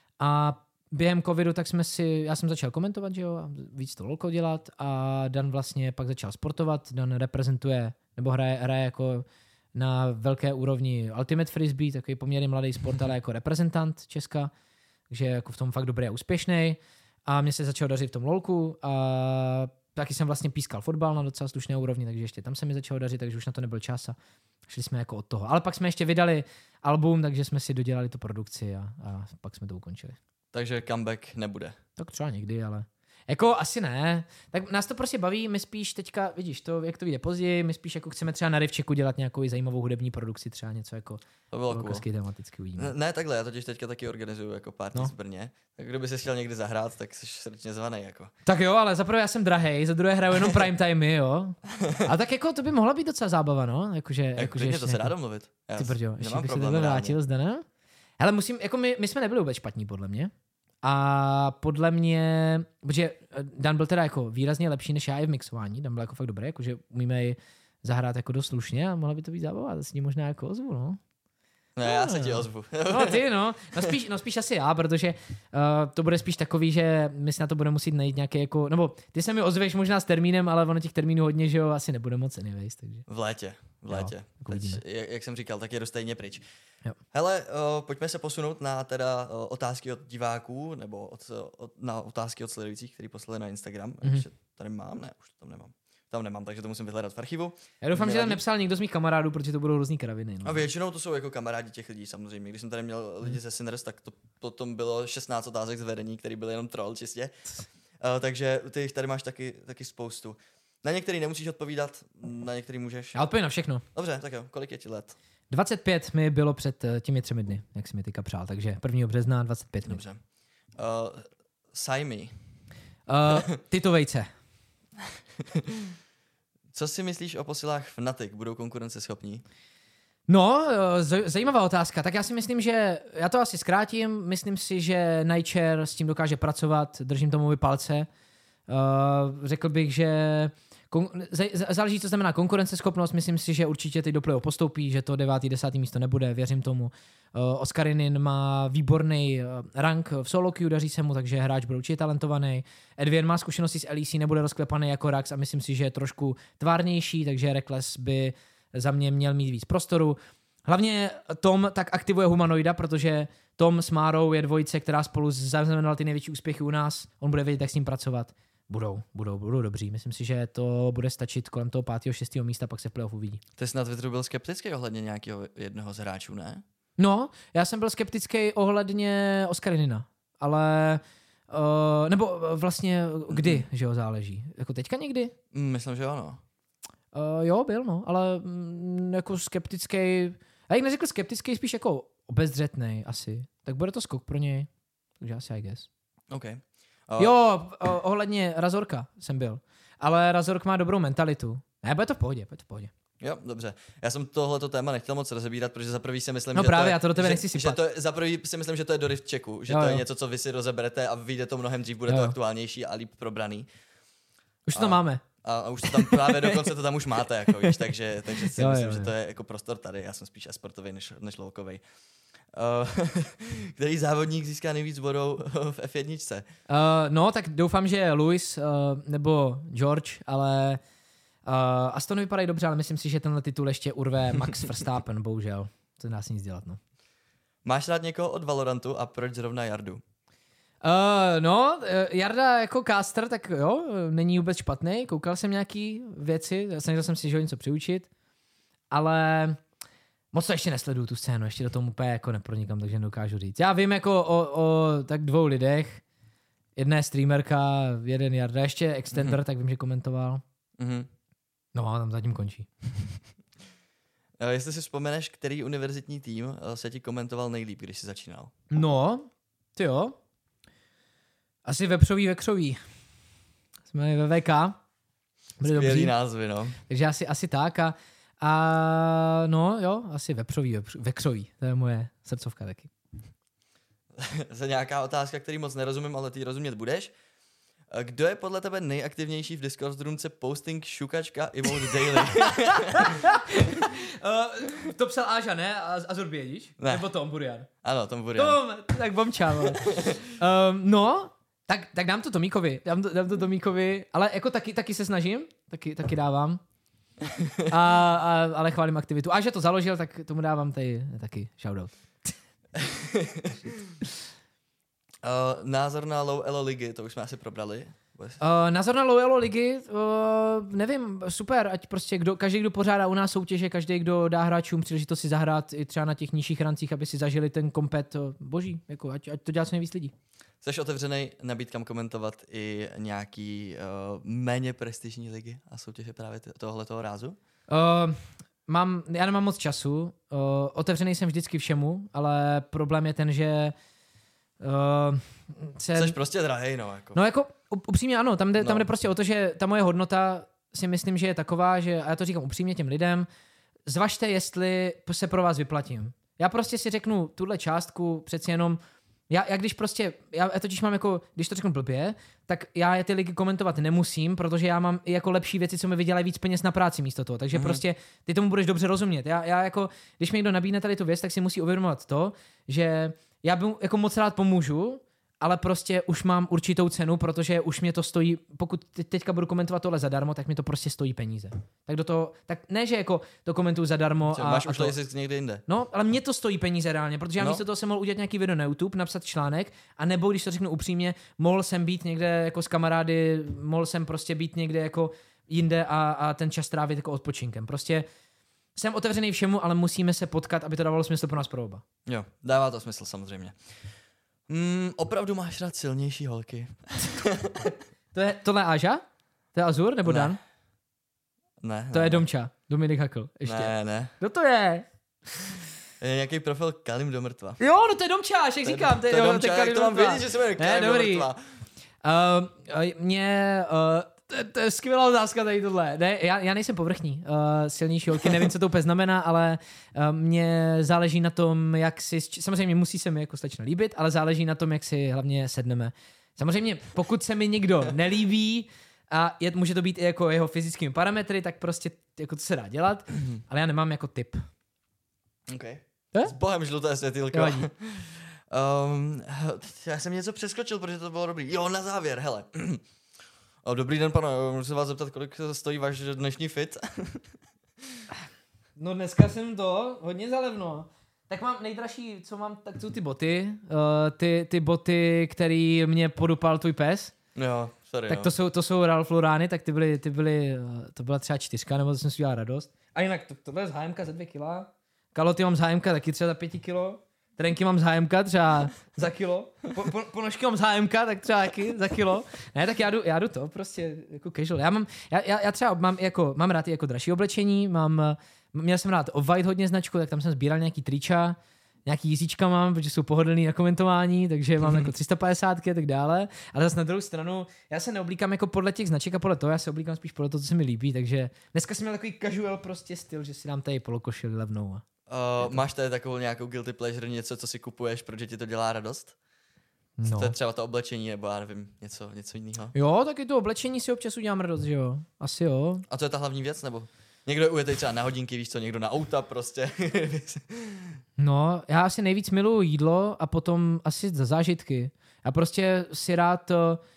A během covidu tak já jsem začal komentovat, že jo, a víc to lolko dělat a Dan vlastně pak začal sportovat. Dan reprezentuje, nebo hraje jako na velké úrovni Ultimate Frisbee, takový poměrně mladý sport, ale jako reprezentant Česka, takže jako v tom fakt dobrý a úspěšný. A mně se začalo dařit v tom lolku a taky jsem vlastně pískal fotbal na docela slušné úrovni, takže ještě tam se mi začalo dařit, takže už na to nebyl čas a šli jsme jako od toho. Ale pak jsme ještě vydali album, takže jsme si dodělali tu produkci a pak jsme to ukončili. Takže comeback nebude. Tak třeba někdy, ale jako asi ne. Tak nás to prostě baví, my spíš teďka, vidíš to, jak to vyjde později, my spíš jako chceme třeba na Rivčeku dělat nějakou zajímavou hudební produkci, třeba něco jako to bylo cool. tematicky uvidíme. Ne, takhle, já totiž teďka taky organizuju jako party v Brně, tak kdyby si chtěl někdy zahrát, tak jsi srdečně zvaný jako. Tak jo, ale za prvé já jsem drahej, za druhé hraju jenom prime timey, jo. A tak jako to by mohla být docela zábava, no, jakože to se dá domluvit. Ty brďo, ještě bych se takhle vrátil zde, ne? Hele, my jsme nebyli vůbec špatní podle mě. A podle mě, protože Dan byl teda jako výrazně lepší než já i v mixování, Dan byl jako fakt dobrý, jakože umíme ji zahrát jako dost slušně a mohla by to být zábava, to s ní možná jako ozvu, no. No, já se ti ozvu. No ty, no spíš asi já, protože to bude spíš takový, že my si na to budeme muset najít nějaké jako, nebo ty se mi ozveš možná s termínem, ale ono těch termínů hodně, že jo, asi nebude moc anyways, takže. V létě. Jo, teď, jak jsem říkal, tak je dost stejně pryč. Jo. Hele, pojďme se posunout na teda otázky od diváků, nebo na otázky od sledujících, který poslali na Instagram. Ještě tady mám? Ne, už to tam nemám. Tam nemám, takže to musím vyhledat v archivu. Já doufám, že tam nepsal někdo z mých kamarádů, protože to budou různý kraviny. No. A většinou to jsou jako kamarádi těch lidí, samozřejmě. Když jsem tady měl lidi ze Sinners, tak to potom bylo 16 otázek z vedení, který byly jenom troll čistě. Takže ty jich tady máš taky spoustu. Na některý nemusíš odpovídat, na některý můžeš. Já odpovím na všechno. Dobře, tak jo, kolik je ti let? 25 mi bylo před těmi 3 dny, jak jsi mi teďka přál, takže 1. března 25 mi. Dobře. Sajmi. Tyto vejce. Co si myslíš o posilách Fnatic? Budou konkurenceschopní? No, zajímavá otázka. Tak já si myslím, že já to asi zkrátím. Myslím si, že Nightshare s tím dokáže pracovat. Držím tomu palce. Řekl bych, že záleží, co znamená konkurenceschopnost. Myslím si, že určitě teď do playoff postoupí, že to 9. 10. místo nebude. Věřím tomu. Oscarinin má výborný rank v solo queue, daří se mu, takže hráč bude určitě talentovaný. Edwin má zkušenosti s LEC, nebude rozklepaný jako Rax a myslím si, že je trošku tvárnější, takže Reckless by za mě měl mít víc prostoru. Hlavně Tom tak aktivuje Humanoida, protože Tom s Márou je dvojice, která spolu zaznamenala ty největší úspěchy u nás. On bude vědět, jak s ním pracovat. Budou dobří. Myslím si, že to bude stačit kolem toho 5. 6. místa, pak se v playoff uvidí. Ty jsi na Twitteru byl skeptický ohledně nějakého jednoho z hráčů, ne? No, já jsem byl skeptický ohledně Oscarinina, ale nebo vlastně kdy, že jo, záleží. Jako teďka někdy? Myslím, že ano. Jo, byl, no, ale jako skeptický, já jak neřekl skeptický, spíš jako obezřetnej asi. Tak bude to skok pro něj. Takže asi I guess. OK. Jo, ohledně Razorka jsem byl. Ale Razork má dobrou mentalitu. Ne, bude to v pohodě. Jo, dobře. Já jsem tohleto téma nechtěl moc rozebírat, protože za prvý si myslím, no že právě, to je, já to do tebe nechci sypat. Za prvý si myslím, že to je do rift checku, že jo, to je něco, co vy si rozeberete a vyjde to mnohem dřív, bude to aktuálnější a líp probraný. Už to máme. A už to tam právě dokonce to tam už máte, jako víš, takže si myslím, že to je jako prostor tady. Já jsem spíš esportový než lolkovej. Který závodník získá nejvíc bodů v F1? No, tak doufám, že Lewis nebo George, ale Aston vypadají dobře, ale myslím si, že tenhle titul ještě urve Max Verstappen, bohužel. To dá se nic dělat, no. Máš rád někoho od Valorantu a proč zrovna Jardu? Jarda jako caster, tak jo, není vůbec špatný. Koukal jsem nějaký věci, snažil jsem si něco přiučit, ale moc to ještě nesleduju tu scénu, ještě do toho úplně jako nepronikám, takže nedokážu říct. Já vím jako o tak 2 lidech, jedna je streamerka, jeden Jarda, ještě Extender, tak vím, že komentoval. No a tam zatím končí. Jestli si vzpomeneš, který univerzitní tým se ti komentoval nejlíp, když jsi začínal? No, ty jo. Asi Vekřový. Jsme ve VK. Skvělý názvy, no. Takže asi tak a no jo, asi Vekřový. To je moje srdcovka taky. To je nějaká otázka, který moc nerozumím, ale ty rozumět budeš. Kdo je podle tebe nejaktivnější v Discord roomce posting šukačka emote daily? To psal Áža, ne? Azur Bědič? Ne. Nebo Tom Burian? Ano, Tom Burian. Tak bomča, no, tak dám to Tomíkovi. Dám to Tomíkovi, ale jako taky se snažím. Taky dávám. Ale chválím aktivitu. Áža to založil, tak tomu dávám tady taky shoutout. Názor na low elo ligy, to už jsme asi probrali. Názor na low elo ligy, nevím, super, ať prostě každý, kdo pořádá u nás soutěže, každý, kdo dá hráčům příležitost si zahrát i třeba na těch nižších rancích, aby si zažili ten kompet, boží, jako ať to dělá co nejvíc lidí. Jsi otevřený nabídkám komentovat i nějaký méně prestižní ligy a soutěže právě tohletoho rázu? Já nemám moc času, otevřený jsem vždycky všemu, ale problém je ten, že jsi prostě drahej, no. Jako. No jako upřímně ano, tam jde prostě o to, že ta moje hodnota si myslím, že je taková, že, a já to říkám upřímně těm lidem, zvažte, jestli se pro vás vyplatím. Já prostě si řeknu tuhle částku přeci jenom, já když prostě, já totiž mám jako, když to řeknu blbě, tak já ty ligy komentovat nemusím, protože já mám i jako lepší věci, co mi vydělají víc peněz na práci místo toho. Takže prostě ty tomu budeš dobře rozumět. Já jako, když mi někdo nabídne tady tu věc, tak si musí uvědomovat to, že já bych jako moc rád pomůžu, ale prostě už mám určitou cenu, protože už mě to stojí, pokud teďka budu komentovat tohle zadarmo, tak mi to prostě stojí peníze. Tak do toho, tak ne, že jako to komentuju zadarmo. Máš už to zisk někde jinde. No, ale mě to stojí peníze reálně, protože já místo toho jsem mohl udělat nějaký video na YouTube, napsat článek, a nebo když to řeknu upřímně, mohl jsem být někde jako s kamarády, mohl jsem prostě být někde jako jinde a ten čas trávit jako odpočinkem. Prostě jsem otevřený všemu, ale musíme se potkat, aby to dávalo smysl pro nás pro oba. Jo, dává to smysl samozřejmě. Opravdu máš rád silnější holky? Tohle je Áža? To je Azur nebo Dan? Ne. To je Domča. Dominik Hakl. Ještě. Ne. Kdo to je? Je nějaký profil Kalim do mrtva. Jo, no to je Domčáš, jak říkám. To je Domčáš, jak to mám vědět, že se jmenuje Kalim do mrtva. To je skvělá otázka tady tohle. Ne, já nejsem povrchní. Silnější holky, nevím, co to úplně znamená, ale mně záleží na tom, jak si... Samozřejmě musí se mi jako slečna líbit, ale záleží na tom, jak si hlavně sedneme. Samozřejmě, pokud se mi někdo nelíbí a může to být i jako jeho fyzickými parametry, tak prostě jako to se dá dělat, ale já nemám jako typ. OK. S bohem žluté světýlko. Já jsem něco přeskočil, protože to bylo dobrý. Jo, na závěr, hele. Dobrý den, pane, můžu se vás zeptat, kolik stojí váš dnešní fit? No dneska jsem to hodně zalevno. Tak mám nejdražší, co mám, tak jsou ty boty. Ty boty, který mě podupal tvůj pes. Jo, sorry. Tak to jsou Ralph Laurány, tak to byla třeba 4, nebo to jsem si udělal radost. A jinak tohle je z HMK za 2 kila. Kaloty mám z HMK taky třeba za 5 kilo. trenky mám z HMK třeba za kilo, ponožky mám z HMK, tak třeba taky za kilo. Ne, tak já jdu to, prostě jako casual. Já třeba mám rád i jako dražší oblečení, měl jsem rád Off-White hodně značku, tak tam jsem sbíral nějaký triča, nějaký jízíčka mám, protože jsou pohodlný na komentování, takže mám jako 350 a tak dále. Ale zase na druhou stranu, já se neoblíkám jako podle těch značek a podle toho, já se oblíkám spíš podle toho, co se mi líbí, takže dneska jsem měl takový casual prostě styl, že si dám tady polokošili levnou. Máš tady takovou nějakou guilty pleasure, něco, co si kupuješ, protože ti to dělá radost? No. To je třeba to oblečení, nebo já nevím, něco jiného? Jo, taky to oblečení si občas udělám radost, že jo? Asi jo. A to je ta hlavní věc, nebo? Někdo je ujetej třeba na hodinky, víš co, někdo na auta prostě. No, já asi nejvíc miluju jídlo a potom asi za zážitky. Já prostě si rád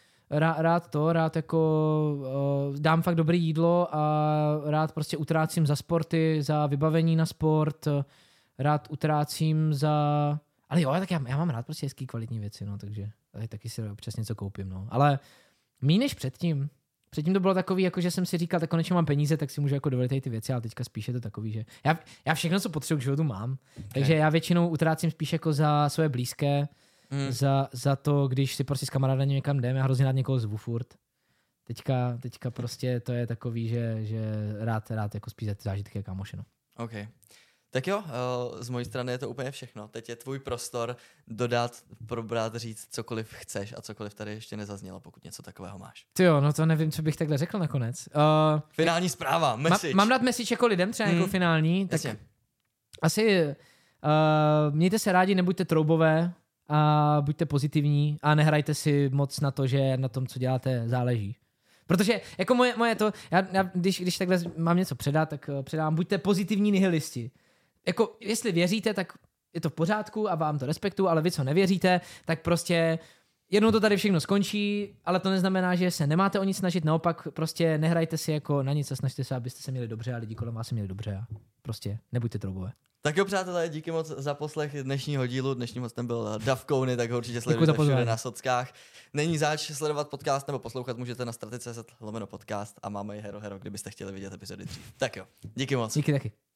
dám fakt dobré jídlo a rád prostě utrácím za sporty, za vybavení na sport, rád utrácím za... Ale jo, tak já mám rád prostě hezký kvalitní věci, no, takže taky si občas něco koupím, no. Ale méně než předtím. Předtím to bylo takový, jako že jsem si říkal, tak konečně mám peníze, tak si můžu jako dovolit ty věci, ale teďka spíš je to takový, že já všechno, co potřebuji k životu mám. Okay. Takže já většinou utrácím spíš jako za své blízké, za to, když si prostě s kamarádem někam jdeme, já hrozně rád někoho zvu furt. Teďka prostě to je takový, že rád jako spíš za ty zážitky a kámoše, no. Okay. Tak jo, z mojí strany je to úplně všechno. Teď je tvůj prostor dodat, probrat, říct cokoliv chceš a cokoliv tady ještě nezaznělo, pokud něco takového máš. Ty jo, no to nevím, co bych takhle řekl nakonec. Finální zpráva, message. Mám dát message jako lidem, třeba jako finální. Tak jasně. Asi mějte se rádi, nebuďte troubové a buďte pozitivní a nehrajte si moc na to, že na tom, co děláte, záleží. Protože jako moje to, já když takhle mám něco předat, tak předám, buďte pozitivní nihilisti. Jako, jestli věříte, tak je to v pořádku a vám to respektuju, ale vy, co nevěříte, tak prostě jednou to tady všechno skončí, ale to neznamená, že se nemáte o nic snažit, naopak prostě nehrajte si jako na nic a snažte se, abyste se měli dobře a lidi kolem vás se měli dobře a prostě nebuďte troubové. Tak jo, přátelé, díky moc za poslech dnešního dílu. Dnešním hostem byl Dav Kouny, tak ho určitě sledujte všude na sockách. Není zač sledovat podcast nebo poslouchat můžete na straty.cz/podcast a máme i Hero, kdybyste chtěli vidět epizody dřív. Tak jo, díky moc. Díky taky.